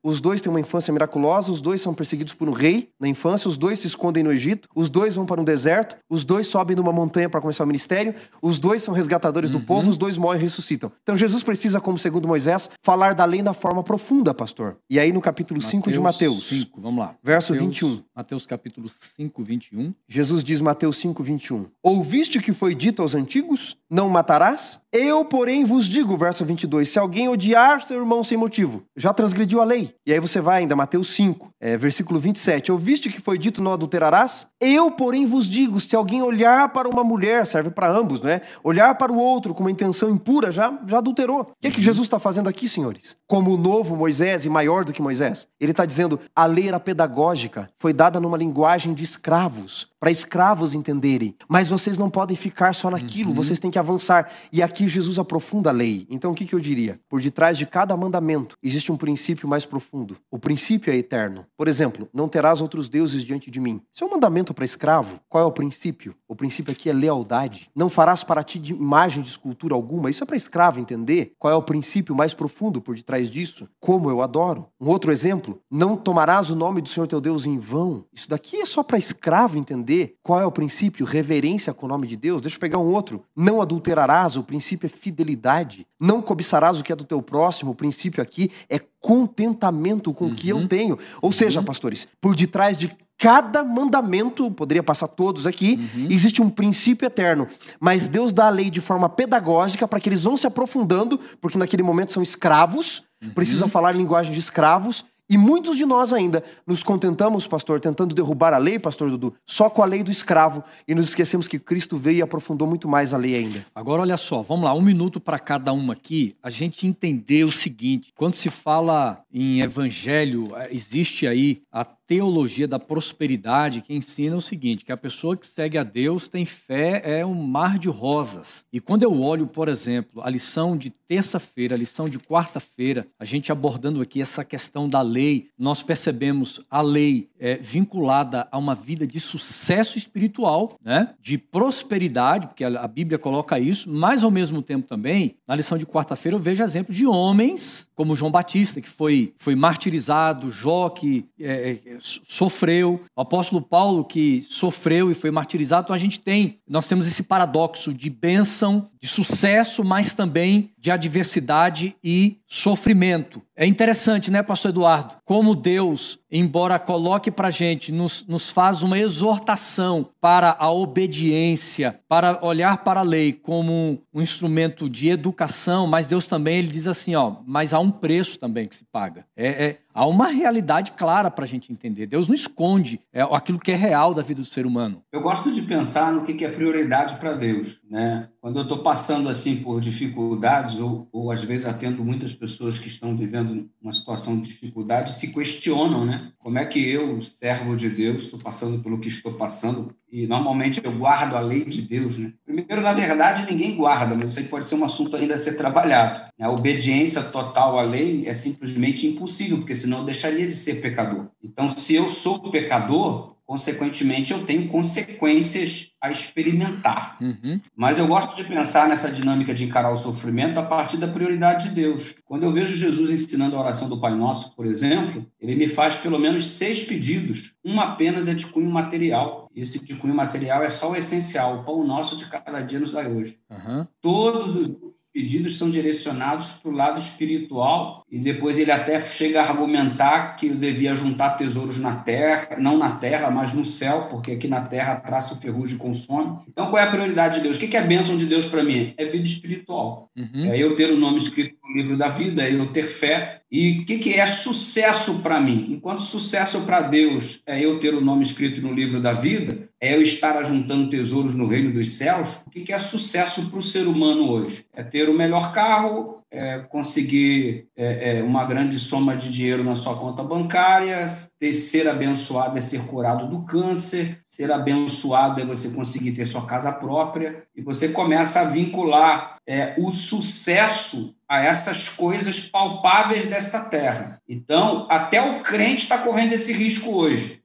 os dois têm uma infância miraculosa, os dois são perseguidos por um rei na infância, os dois se escondem no Egito, os dois vão para um deserto, os dois sobem numa montanha para começar o ministério, os dois são resgatadores do Uhum. povo, os dois morrem e ressuscitam. Então Jesus precisa, como segundo Moisés, falar da lei na forma profunda, pastor. E aí no capítulo cinco de Mateus, cinco, vamos lá. verso Mateus, vinte e um. Mateus capítulo cinco, vinte e um. Jesus diz, Mateus cinco, vinte e um, ouviste o que foi dito aos antigos? Não matarás? Eu, porém, vos digo, verso vinte e dois, se alguém odiar seu irmão sem motivo, já transgrediu a lei. E aí você vai ainda, Mateus cinco, é, versículo vinte e sete, ouviste o que foi dito, não adulterarás? Eu, porém, vos digo, se alguém olhar para uma mulher, serve para ambos, não é? Olhar para o outro com uma intenção impura, já, já adulterou. O que é que Jesus está fazendo aqui, senhores? Como o novo Moisés e maior do que Moisés, ele está dizendo, a lei era pedagógica, foi dada numa linguagem de escravos, para escravos entenderem. Mas vocês não podem ficar só naquilo, uhum. vocês têm que avançar. E aqui Jesus aprofunda a lei. Então o que, que eu diria? Por detrás de cada mandamento existe um princípio mais profundo. O princípio é eterno. Por exemplo, não terás outros deuses diante de mim. Isso é um mandamento para escravo. Qual é o princípio? O princípio aqui é lealdade. Não farás para ti de imagem de escultura alguma. Isso é para escravo entender. Qual é o princípio mais profundo por detrás disso? Como eu adoro. Um outro exemplo, não tomarás o nome do Senhor teu Deus em vão. Isso daqui é só para escravo entender. Qual é o princípio? Reverência com o nome de Deus. Deixa eu pegar um outro. Não adulterarás, o princípio é fidelidade. Não cobiçarás o que é do teu próximo, o princípio aqui é contentamento com uhum. o que eu tenho. Ou seja, uhum. pastores, por detrás de cada mandamento, poderia passar todos aqui, uhum. existe um princípio eterno. Mas Deus dá a lei de forma pedagógica para que eles vão se aprofundando, porque naquele momento são escravos, uhum. precisam falar linguagem de escravos. E muitos de nós ainda nos contentamos, pastor, tentando derrubar a lei, pastor Dudu, só com a lei do escravo. E nos esquecemos que Cristo veio e aprofundou muito mais a lei ainda. Agora, olha só, vamos lá, um minuto para cada um aqui. A gente entender o seguinte, quando se fala em evangelho, existe aí a teologia da prosperidade que ensina o seguinte, que a pessoa que segue a Deus tem fé, é um mar de rosas. E quando eu olho, por exemplo, a lição de terça-feira, a lição de quarta-feira, a gente abordando aqui essa questão da lei, nós percebemos a lei é, vinculada a uma vida de sucesso espiritual, né? De prosperidade, porque a, a Bíblia coloca isso, mas ao mesmo tempo também, na lição de quarta-feira eu vejo exemplos de homens como João Batista, que foi, foi martirizado, Jó, que é, sofreu, o apóstolo Paulo, que sofreu e foi martirizado. Então a gente tem, nós temos esse paradoxo de bênção, de sucesso, mas também de adversidade e sofrimento. É interessante, né, pastor Eduardo? Como Deus, embora coloque pra gente, nos, nos faz uma exortação para a obediência, para olhar para a lei como um instrumento de educação, mas Deus também, ele diz assim, ó, mas há um preço também que se paga. É, é, há uma realidade clara para a gente entender. Deus não esconde é, aquilo que é real da vida do ser humano. Eu gosto de pensar no que é prioridade para Deus, né? Quando eu estou passando assim por dificuldades, ou, ou às vezes atendo muitas pessoas que estão vivendo uma situação de dificuldade, se questionam, né? Como é que eu, servo de Deus, estou passando pelo que estou passando? E normalmente eu guardo a lei de Deus, né? Primeiro, na verdade, ninguém guarda, mas isso aí pode ser um assunto ainda a ser trabalhado. A obediência total à lei é simplesmente impossível, porque senão eu deixaria de ser pecador. Então, se eu sou pecador, consequentemente, eu tenho consequências a experimentar. Uhum. Mas eu gosto de pensar nessa dinâmica de encarar o sofrimento a partir da prioridade de Deus. Quando eu vejo Jesus ensinando a oração do Pai Nosso, por exemplo, ele me faz pelo menos seis pedidos. Um apenas é de cunho material. E esse de cunho material é só o essencial. O pão nosso de cada dia nos dai hoje. Uhum. Todos os pedidos são direcionados para o lado espiritual, e depois ele até chega a argumentar que eu devia juntar tesouros na terra, não na terra, mas no céu, porque aqui na terra traça o ferrugem e consome. Então, qual é a prioridade de Deus? O que é a bênção de Deus para mim? É vida espiritual. Uhum. É eu ter o nome escrito no livro da vida, é eu ter fé. E o que, que é sucesso para mim? Enquanto sucesso para Deus é eu ter o nome escrito no livro da vida, é eu estar ajuntando tesouros no reino dos céus, o que, que é sucesso para o ser humano hoje? É ter o melhor carro, é conseguir é, é, uma grande soma de dinheiro na sua conta bancária, ter, ser abençoado é ser curado do câncer, ser abençoado é você conseguir ter sua casa própria, e você começa a vincular é, o sucesso a essas coisas palpáveis desta terra. Então, até o crente está correndo esse risco hoje.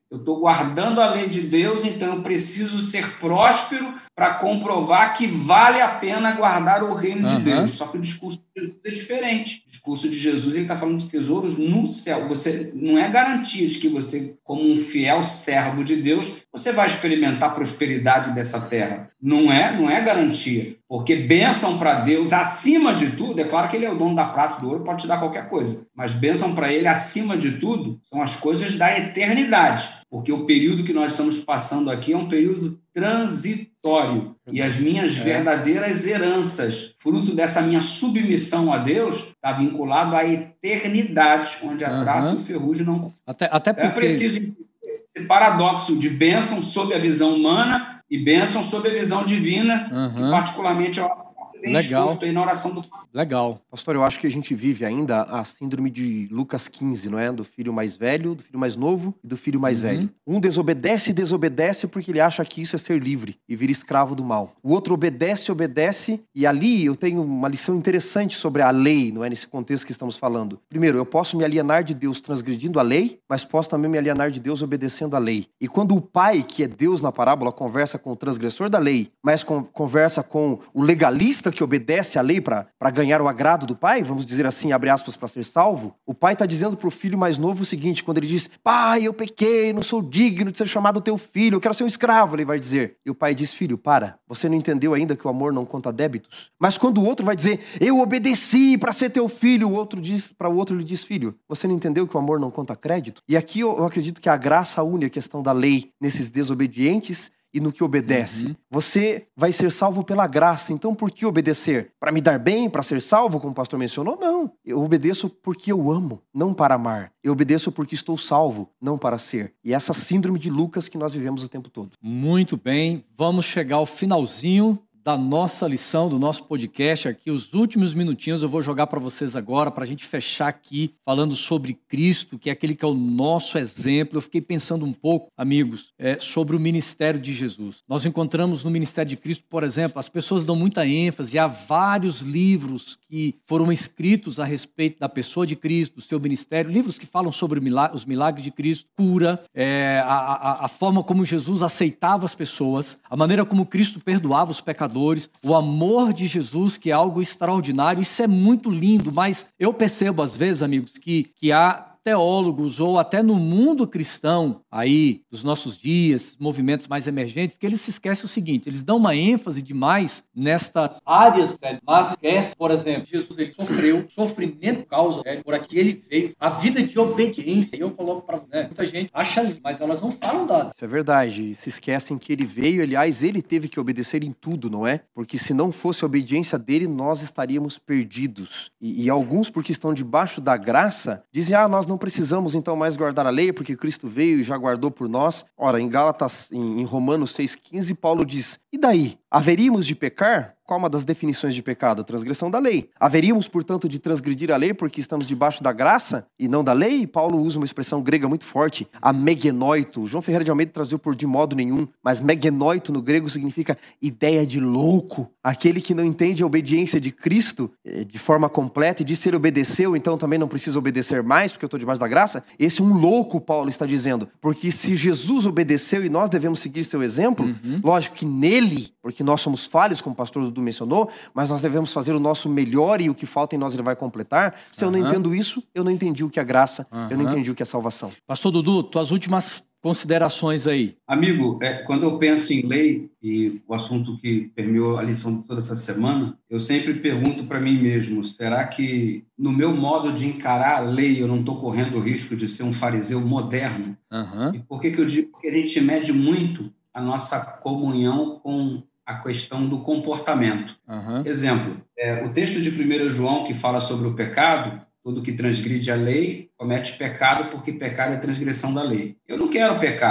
Eu estou guardando a lei de Deus, então eu preciso ser próspero para comprovar que vale a pena guardar o reino uhum. de Deus. Só que o discurso de Jesus é diferente. O discurso de Jesus, ele está falando de tesouros no céu. Você não é garantia de que você, como um fiel servo de Deus, você vai experimentar a prosperidade dessa terra. Não é, não é garantia. Porque bênção para Deus, acima de tudo, é claro que ele é o dono da prata e do ouro, pode te dar qualquer coisa. Mas bênção para ele, acima de tudo, são as coisas da eternidade. Porque o período que nós estamos passando aqui é um período transitório. E as minhas é. verdadeiras heranças, fruto dessa minha submissão a Deus, está vinculado à eternidade, onde a traça uhum. e o ferrugem não... Até, até porque... É preciso esse paradoxo de bênção sob a visão humana e bênção sob a visão divina, uhum. que particularmente eu acho bem exposto aí na oração do Pai. Legal. Pastor, eu acho que a gente vive ainda a síndrome de Lucas quinze, não é? Do filho mais velho, do filho mais novo e do filho mais uhum. velho. Um desobedece e desobedece porque ele acha que isso é ser livre e vira escravo do mal. O outro obedece, obedece, e ali eu tenho uma lição interessante sobre a lei, não é? Nesse contexto que estamos falando. Primeiro, eu posso me alienar de Deus transgredindo a lei, mas posso também me alienar de Deus obedecendo a lei. E quando o pai, que é Deus na parábola, conversa com o transgressor da lei, mas com, conversa com o legalista que obedece à lei para ganhar o agrado do pai, vamos dizer assim, abre aspas, para ser salvo, o pai está dizendo para o filho mais novo o seguinte, quando ele diz, pai, eu pequei, não sou digno de ser chamado teu filho, eu quero ser um escravo, ele vai dizer. E o pai diz, filho, para, você não entendeu ainda que o amor não conta débitos? Mas quando o outro vai dizer, eu obedeci para ser teu filho, o outro diz, para o outro ele diz, filho, você não entendeu que o amor não conta crédito? E aqui eu, eu acredito que a graça une a questão da lei nesses desobedientes e no que obedece. Uhum. Você vai ser salvo pela graça. Então, por que obedecer? Para me dar bem, para ser salvo, como o pastor mencionou? Não. Eu obedeço porque eu amo, não para amar. Eu obedeço porque estou salvo, não para ser. E essa síndrome de Lucas que nós vivemos o tempo todo. Muito bem. Vamos chegar ao finalzinho da nossa lição, do nosso podcast aqui. Os últimos minutinhos eu vou jogar para vocês agora, para a gente fechar aqui, falando sobre Cristo, que é aquele que é o nosso exemplo. Eu fiquei pensando um pouco, amigos, é, sobre o ministério de Jesus. Nós encontramos no ministério de Cristo, por exemplo, as pessoas dão muita ênfase, há vários livros que foram escritos a respeito da pessoa de Cristo, do seu ministério, livros que falam sobre os milagres de Cristo, cura, é, a, a, a forma como Jesus aceitava as pessoas, a maneira como Cristo perdoava os pecadores, o amor de Jesus, que é algo extraordinário. Isso é muito lindo, mas eu percebo às vezes, amigos, que, que há teólogos ou até no mundo cristão aí dos nossos dias, movimentos mais emergentes, que eles se esquecem o seguinte, eles dão uma ênfase demais nestas áreas, velho, mas esquece, por exemplo, Jesus ele sofreu, sofrimento causa, velho, por aqui ele veio, a vida de obediência, e eu coloco para né, muita gente acha ali, mas elas não falam dada. Isso é verdade, se esquecem que ele veio, aliás, ele teve que obedecer em tudo, não é? Porque se não fosse a obediência dele, nós estaríamos perdidos. E, e alguns, porque estão debaixo da graça, dizem, ah, nós não precisamos então mais guardar a lei, porque Cristo veio e já guardou por nós. Ora, em Gálatas, em, em Romanos seis, quinze, Paulo diz, e daí? Haveríamos de pecar? Qual uma das definições de pecado? A transgressão da lei. Haveríamos, portanto, de transgredir a lei porque estamos debaixo da graça e não da lei? Paulo usa uma expressão grega muito forte, a megenoito. João Ferreira de Almeida traduziu por de modo nenhum, mas megenoito no grego significa ideia de louco. Aquele que não entende a obediência de Cristo de forma completa e diz se ele obedeceu, então também não precisa obedecer mais porque eu estou debaixo da graça. Esse é um louco, Paulo está dizendo. Porque se Jesus obedeceu e nós devemos seguir seu exemplo, uhum. lógico que nele, porque nós somos falhos, como o pastor Dudu mencionou, mas nós devemos fazer o nosso melhor e o que falta em nós ele vai completar. Se uhum. eu não entendo isso, eu não entendi o que é graça, uhum. eu não entendi o que é salvação. Pastor Dudu, tuas últimas considerações aí. Amigo, é, quando eu penso em lei, e o assunto que permeou a lição de toda essa semana, eu sempre pergunto para mim mesmo, será que no meu modo de encarar a lei eu não estou correndo o risco de ser um fariseu moderno? Uhum. E por que que eu digo? Porque a gente mede muito a nossa comunhão com a questão do comportamento. Uhum. Exemplo, é, o texto de primeiro João que fala sobre o pecado, todo que transgride a lei comete pecado porque pecado é transgressão da lei. Eu não quero pecar,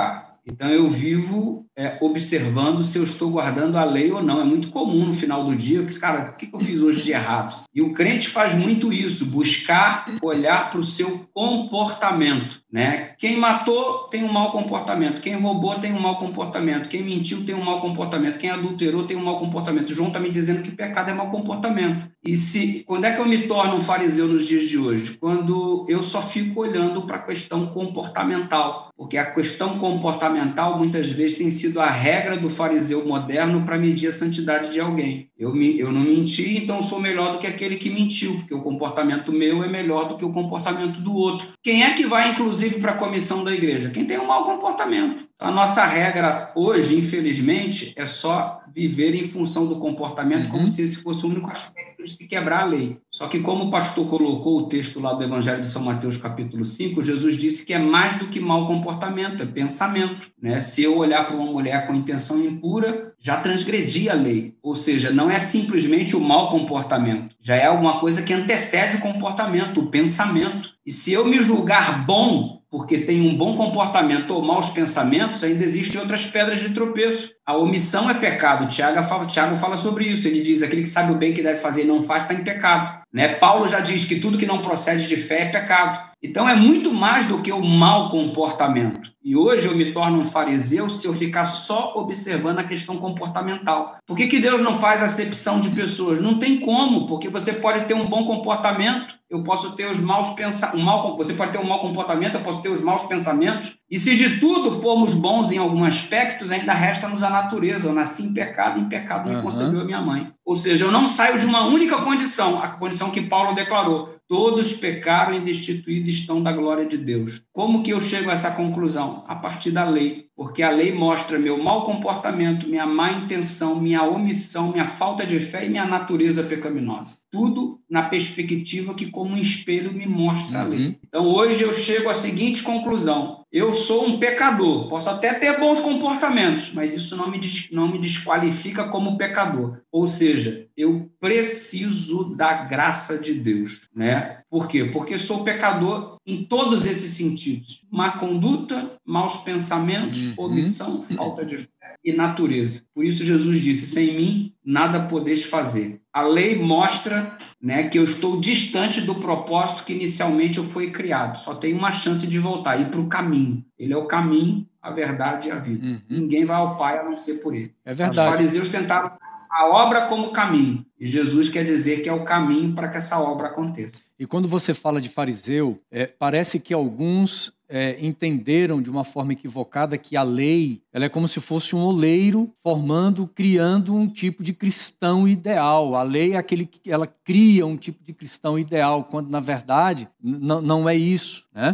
Então, eu vivo é, observando se eu estou guardando a lei ou não. É muito comum no final do dia, que, cara, o que eu fiz hoje de errado? E o crente faz muito isso, buscar olhar para o seu comportamento, né? Quem matou tem um mau comportamento, quem roubou tem um mau comportamento, quem mentiu tem um mau comportamento, quem adulterou tem um mau comportamento. João está me dizendo que pecado é mau comportamento. E se, quando é que eu me torno um fariseu nos dias de hoje? Quando eu só fico olhando para a questão comportamental, porque a questão comportamental muitas vezes tem sido a regra do fariseu moderno para medir a santidade de alguém. Eu, me, eu não menti, então eu sou melhor do que aquele que mentiu, porque o comportamento meu é melhor do que o comportamento do outro. Quem é que vai, inclusive, para a comissão da igreja? Quem tem um mau comportamento. A nossa regra hoje, infelizmente, é só viver em função do comportamento, uhum. como se esse fosse o único aspecto de se quebrar a lei. Só que, como o pastor colocou o texto lá do Evangelho de São Mateus, capítulo cinco, Jesus disse que é mais do que mau comportamento, é pensamento, né? Se eu olhar para uma mulher com intenção impura, já transgredi a lei. Ou seja, não é simplesmente o mau comportamento, já é alguma coisa que antecede o comportamento, o pensamento. E se eu me julgar bom, porque tem um bom comportamento ou maus pensamentos, ainda existem outras pedras de tropeço. A omissão é pecado. Tiago fala, Tiago fala sobre isso. Ele diz, aquele que sabe o bem que deve fazer e não faz, está em pecado. Né? Paulo já diz que tudo que não procede de fé é pecado. Então, é muito mais do que o mau comportamento. E hoje eu me torno um fariseu se eu ficar só observando a questão comportamental. Por que que Deus não faz acepção de pessoas? Não tem como, porque você pode ter um bom comportamento, eu posso ter os maus pensamentos, um mau, você pode ter um mau comportamento, eu posso ter os maus pensamentos. E se de tudo formos bons em alguns aspectos, ainda resta-nos a natureza. Eu nasci em pecado, em pecado me uhum. concebeu a minha mãe. Ou seja, eu não saio de uma única condição, a condição que Paulo declarou. Todos pecaram e destituídos estão da glória de Deus. Como que eu chego a essa conclusão? A partir da lei. Porque a lei mostra meu mau comportamento, minha má intenção, minha omissão, minha falta de fé e minha natureza pecaminosa. Tudo na perspectiva que, como um espelho, me mostra uhum. a lei. Então, hoje eu chego à seguinte conclusão. Eu sou um pecador. Posso até ter bons comportamentos, mas isso não me, não me desqualifica como pecador. Ou seja, eu preciso da graça de Deus, né? Por quê? Porque sou pecador em todos esses sentidos. Má conduta, maus pensamentos, uhum. omissão, falta de fé e natureza. Por isso Jesus disse, sem mim nada podeis fazer. A lei mostra, né, que eu estou distante do propósito que inicialmente eu fui criado. Só tenho uma chance de voltar, ir para o caminho. Ele é o caminho, a verdade e a vida. Uhum. Ninguém vai ao Pai a não ser por ele. É verdade. Os fariseus tentaram a obra como caminho. E Jesus quer dizer que é o caminho para que essa obra aconteça. E quando você fala de fariseu, é, parece que alguns é, entenderam de uma forma equivocada que a lei ela é como se fosse um oleiro formando, criando um tipo de cristão ideal. A lei é aquele que ela cria um tipo de cristão ideal, quando na verdade n- não é isso, né?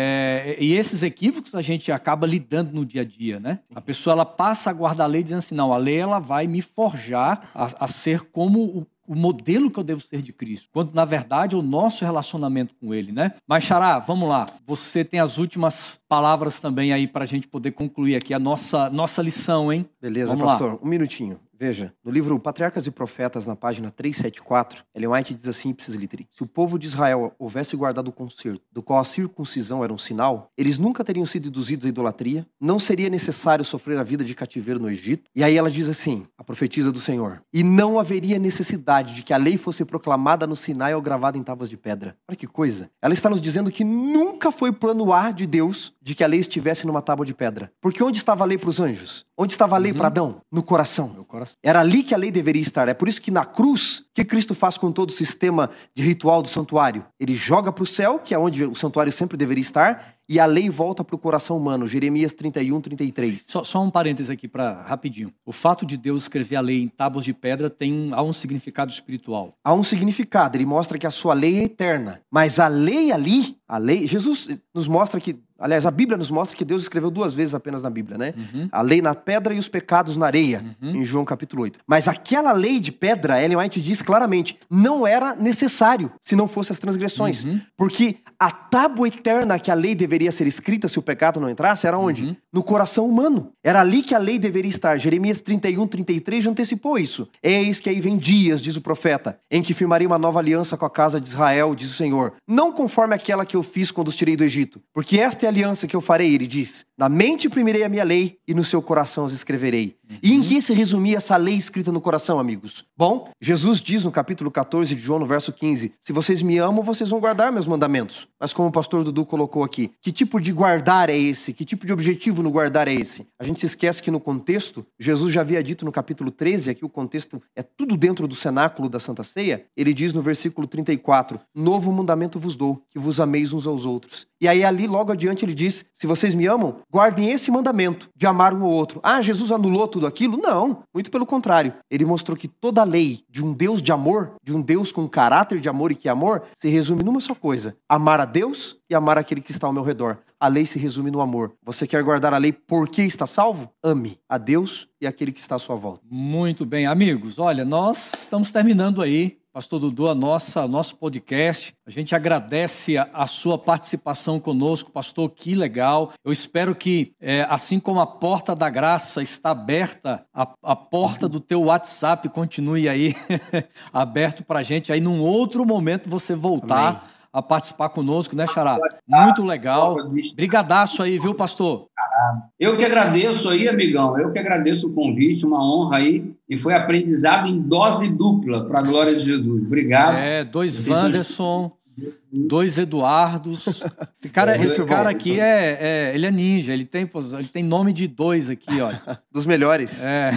É, e esses equívocos a gente acaba lidando no dia a dia, né? A pessoa ela passa a guardar a lei dizendo assim, não, a lei ela vai me forjar a, a ser como o o modelo que eu devo ser de Cristo, quando na verdade é o nosso relacionamento com Ele, né? Mas Xará, vamos lá, você tem as últimas palavras também aí para a gente poder concluir aqui a nossa, nossa lição, hein? Beleza, vamos pastor, lá. Um minutinho. Veja, no livro Patriarcas e Profetas, na página trezentos e setenta e quatro, Ellen White diz assim, ipsis literi, se o povo de Israel houvesse guardado o concerto, do qual a circuncisão era um sinal, eles nunca teriam sido induzidos à idolatria, não seria necessário sofrer a vida de cativeiro no Egito. E aí ela diz assim, a profetisa do Senhor, e não haveria necessidade de que a lei fosse proclamada no Sinai ou gravada em tábuas de pedra. Olha que coisa. Ela está nos dizendo que nunca foi plano A de Deus de que a lei estivesse numa tábua de pedra. Porque onde estava a lei para os anjos? Onde estava a lei uhum. para Adão? No coração. No coração. Era ali que a lei deveria estar. É por isso que na cruz, o que Cristo faz com todo o sistema de ritual do santuário? Ele joga para o céu, que é onde o santuário sempre deveria estar, e a lei volta para o coração humano. Jeremias trinta e um, trinta e três. Só, só um parênteses aqui, para rapidinho. O fato de Deus escrever a lei em tábuas de pedra tem um, há um significado espiritual. Há um significado. Ele mostra que a sua lei é eterna. Mas a lei ali, a lei... Jesus nos mostra que... Aliás, a Bíblia nos mostra que Deus escreveu duas vezes apenas na Bíblia, né? Uhum. A lei na pedra e os pecados na areia, uhum. em João capítulo oito. Mas aquela lei de pedra, Ellen White diz claramente, não era necessário se não fossem as transgressões. Uhum. Porque a tábua eterna que a lei deveria ser escrita se o pecado não entrasse, era onde? Uhum. No coração humano. Era ali que a lei deveria estar. Jeremias trinta e um, trinta e três já antecipou isso. Eis que aí vem dias, diz o profeta, em que firmarei uma nova aliança com a casa de Israel, diz o Senhor. Não conforme aquela que eu fiz quando os tirei do Egito. Porque esta é a aliança que eu farei, ele diz. Na mente imprimirei a minha lei e no seu coração as escreverei. Uhum. E em que se resumia essa lei escrita no coração, amigos? Bom, Jesus diz no capítulo catorze de João, no verso quinze, se vocês me amam, vocês vão guardar meus mandamentos. Mas como o pastor Dudu colocou aqui, que tipo de guardar é esse? Que tipo de objetivo no guardar é esse? A gente se esquece que no contexto, Jesus já havia dito no capítulo treze, aqui o contexto é tudo dentro do cenáculo da Santa Ceia, ele diz no versículo trinta e quatro, novo mandamento vos dou, que vos ameis uns aos outros. E aí ali logo adiante ele diz, se vocês me amam, guardem esse mandamento de amar um ao outro. Ah, Jesus anulou tudo aquilo? Não, muito pelo contrário. Ele mostrou que toda a lei de um Deus de amor, de um Deus com caráter de amor e que é amor, se resume numa só coisa, amar a Deus e amar aquele que está ao meu redor. A lei se resume no amor. Você quer guardar a lei porque está salvo? Ame a Deus e aquele que está à sua volta. Muito bem, amigos. Olha, nós estamos terminando aí, pastor Dudu, a nossa, nosso podcast. A gente agradece a, a sua participação conosco, pastor, que legal. Eu espero que, é, assim como a porta da graça está aberta, a, a porta do teu WhatsApp continue aí aberto para a gente. Aí, num outro momento, você voltar... Amém. A participar conosco, né, Xará? Muito legal. Brigadaço aí, viu, pastor? Eu que agradeço aí, amigão. Eu que agradeço o convite, uma honra aí. E foi aprendizado em dose dupla, para a glória de Jesus. Obrigado. É, dois Wanderson, dois Eduardos. Esse cara, é, esse cara aqui é, é, ele é ninja, ele tem, ele tem nome de dois aqui, olha. Dos melhores. É.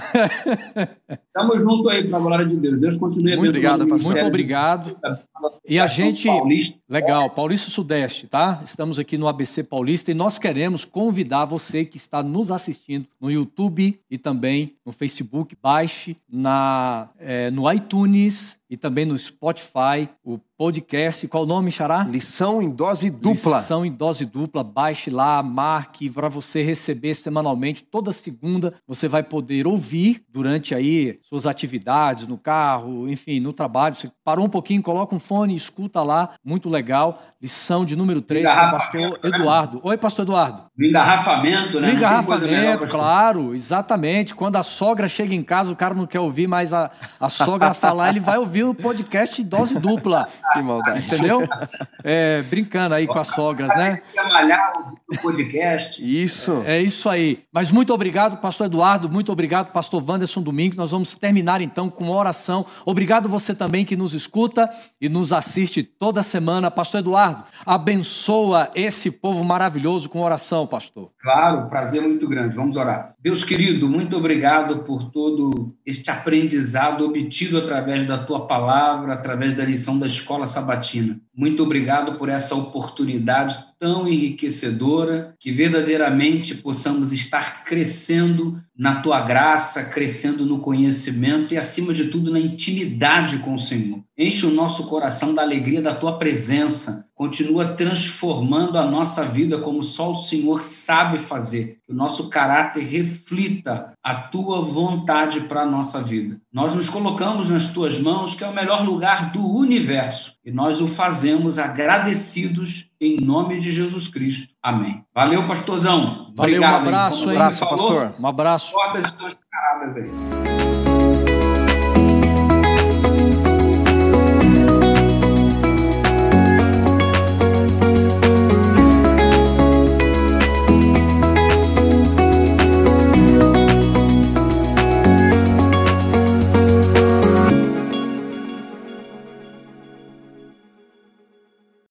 Tamo junto aí, para a glória de Deus. Deus continue muito obrigado, pastor. Muito obrigado. E a gente... Paulista. Legal, Paulista Sudeste, tá? Estamos aqui no A B C Paulista e nós queremos convidar você que está nos assistindo no YouTube e também no Facebook, baixe na, é, no iTunes e também no Spotify, o podcast, qual o nome, Xará? Lição em Dose Dupla. Lição em Dose Dupla, baixe lá, marque para você receber semanalmente, toda segunda você vai poder ouvir durante aí suas atividades, no carro, enfim, no trabalho, você parou um pouquinho, coloca um fone, escuta lá, muito legal, lição de número três com o pastor Eduardo. Oi, pastor Eduardo. No engarrafamento, né? No engarrafamento, claro, exatamente, quando a sogra chega em casa, o cara não quer ouvir mais a, a sogra falar, ele vai ouvir o podcast Dose Dupla. Que maldade. Entendeu? É, brincando aí com as sogras, né? Malhar o podcast. Isso. É, é isso aí. Mas muito obrigado, pastor Eduardo, muito obrigado, pastor Wanderson Domingos. Nós vamos terminar então com uma oração. Obrigado você também que nos escuta e nos assiste toda semana. Pastor Eduardo, abençoa esse povo maravilhoso com oração, pastor. Claro, prazer muito grande. Vamos orar. Deus querido, muito obrigado por todo este aprendizado obtido através da tua palavra, através da lição da Escola Sabatina. Muito obrigado por essa oportunidade tão enriquecedora, que verdadeiramente possamos estar crescendo na tua graça, crescendo no conhecimento e, acima de tudo, na intimidade com o Senhor. Enche o nosso coração da alegria da tua presença. Continua transformando a nossa vida como só o Senhor sabe fazer. Que o nosso caráter reflita a tua vontade para a nossa vida. Nós nos colocamos nas tuas mãos, que é o melhor lugar do universo. E nós o fazemos agradecidos em nome de Jesus Cristo. Amém. Valeu, pastorzão. Valeu, obrigado. Um abraço, hein? Um abraço, falou, pastor. Um abraço. Portas estão escaradas aí.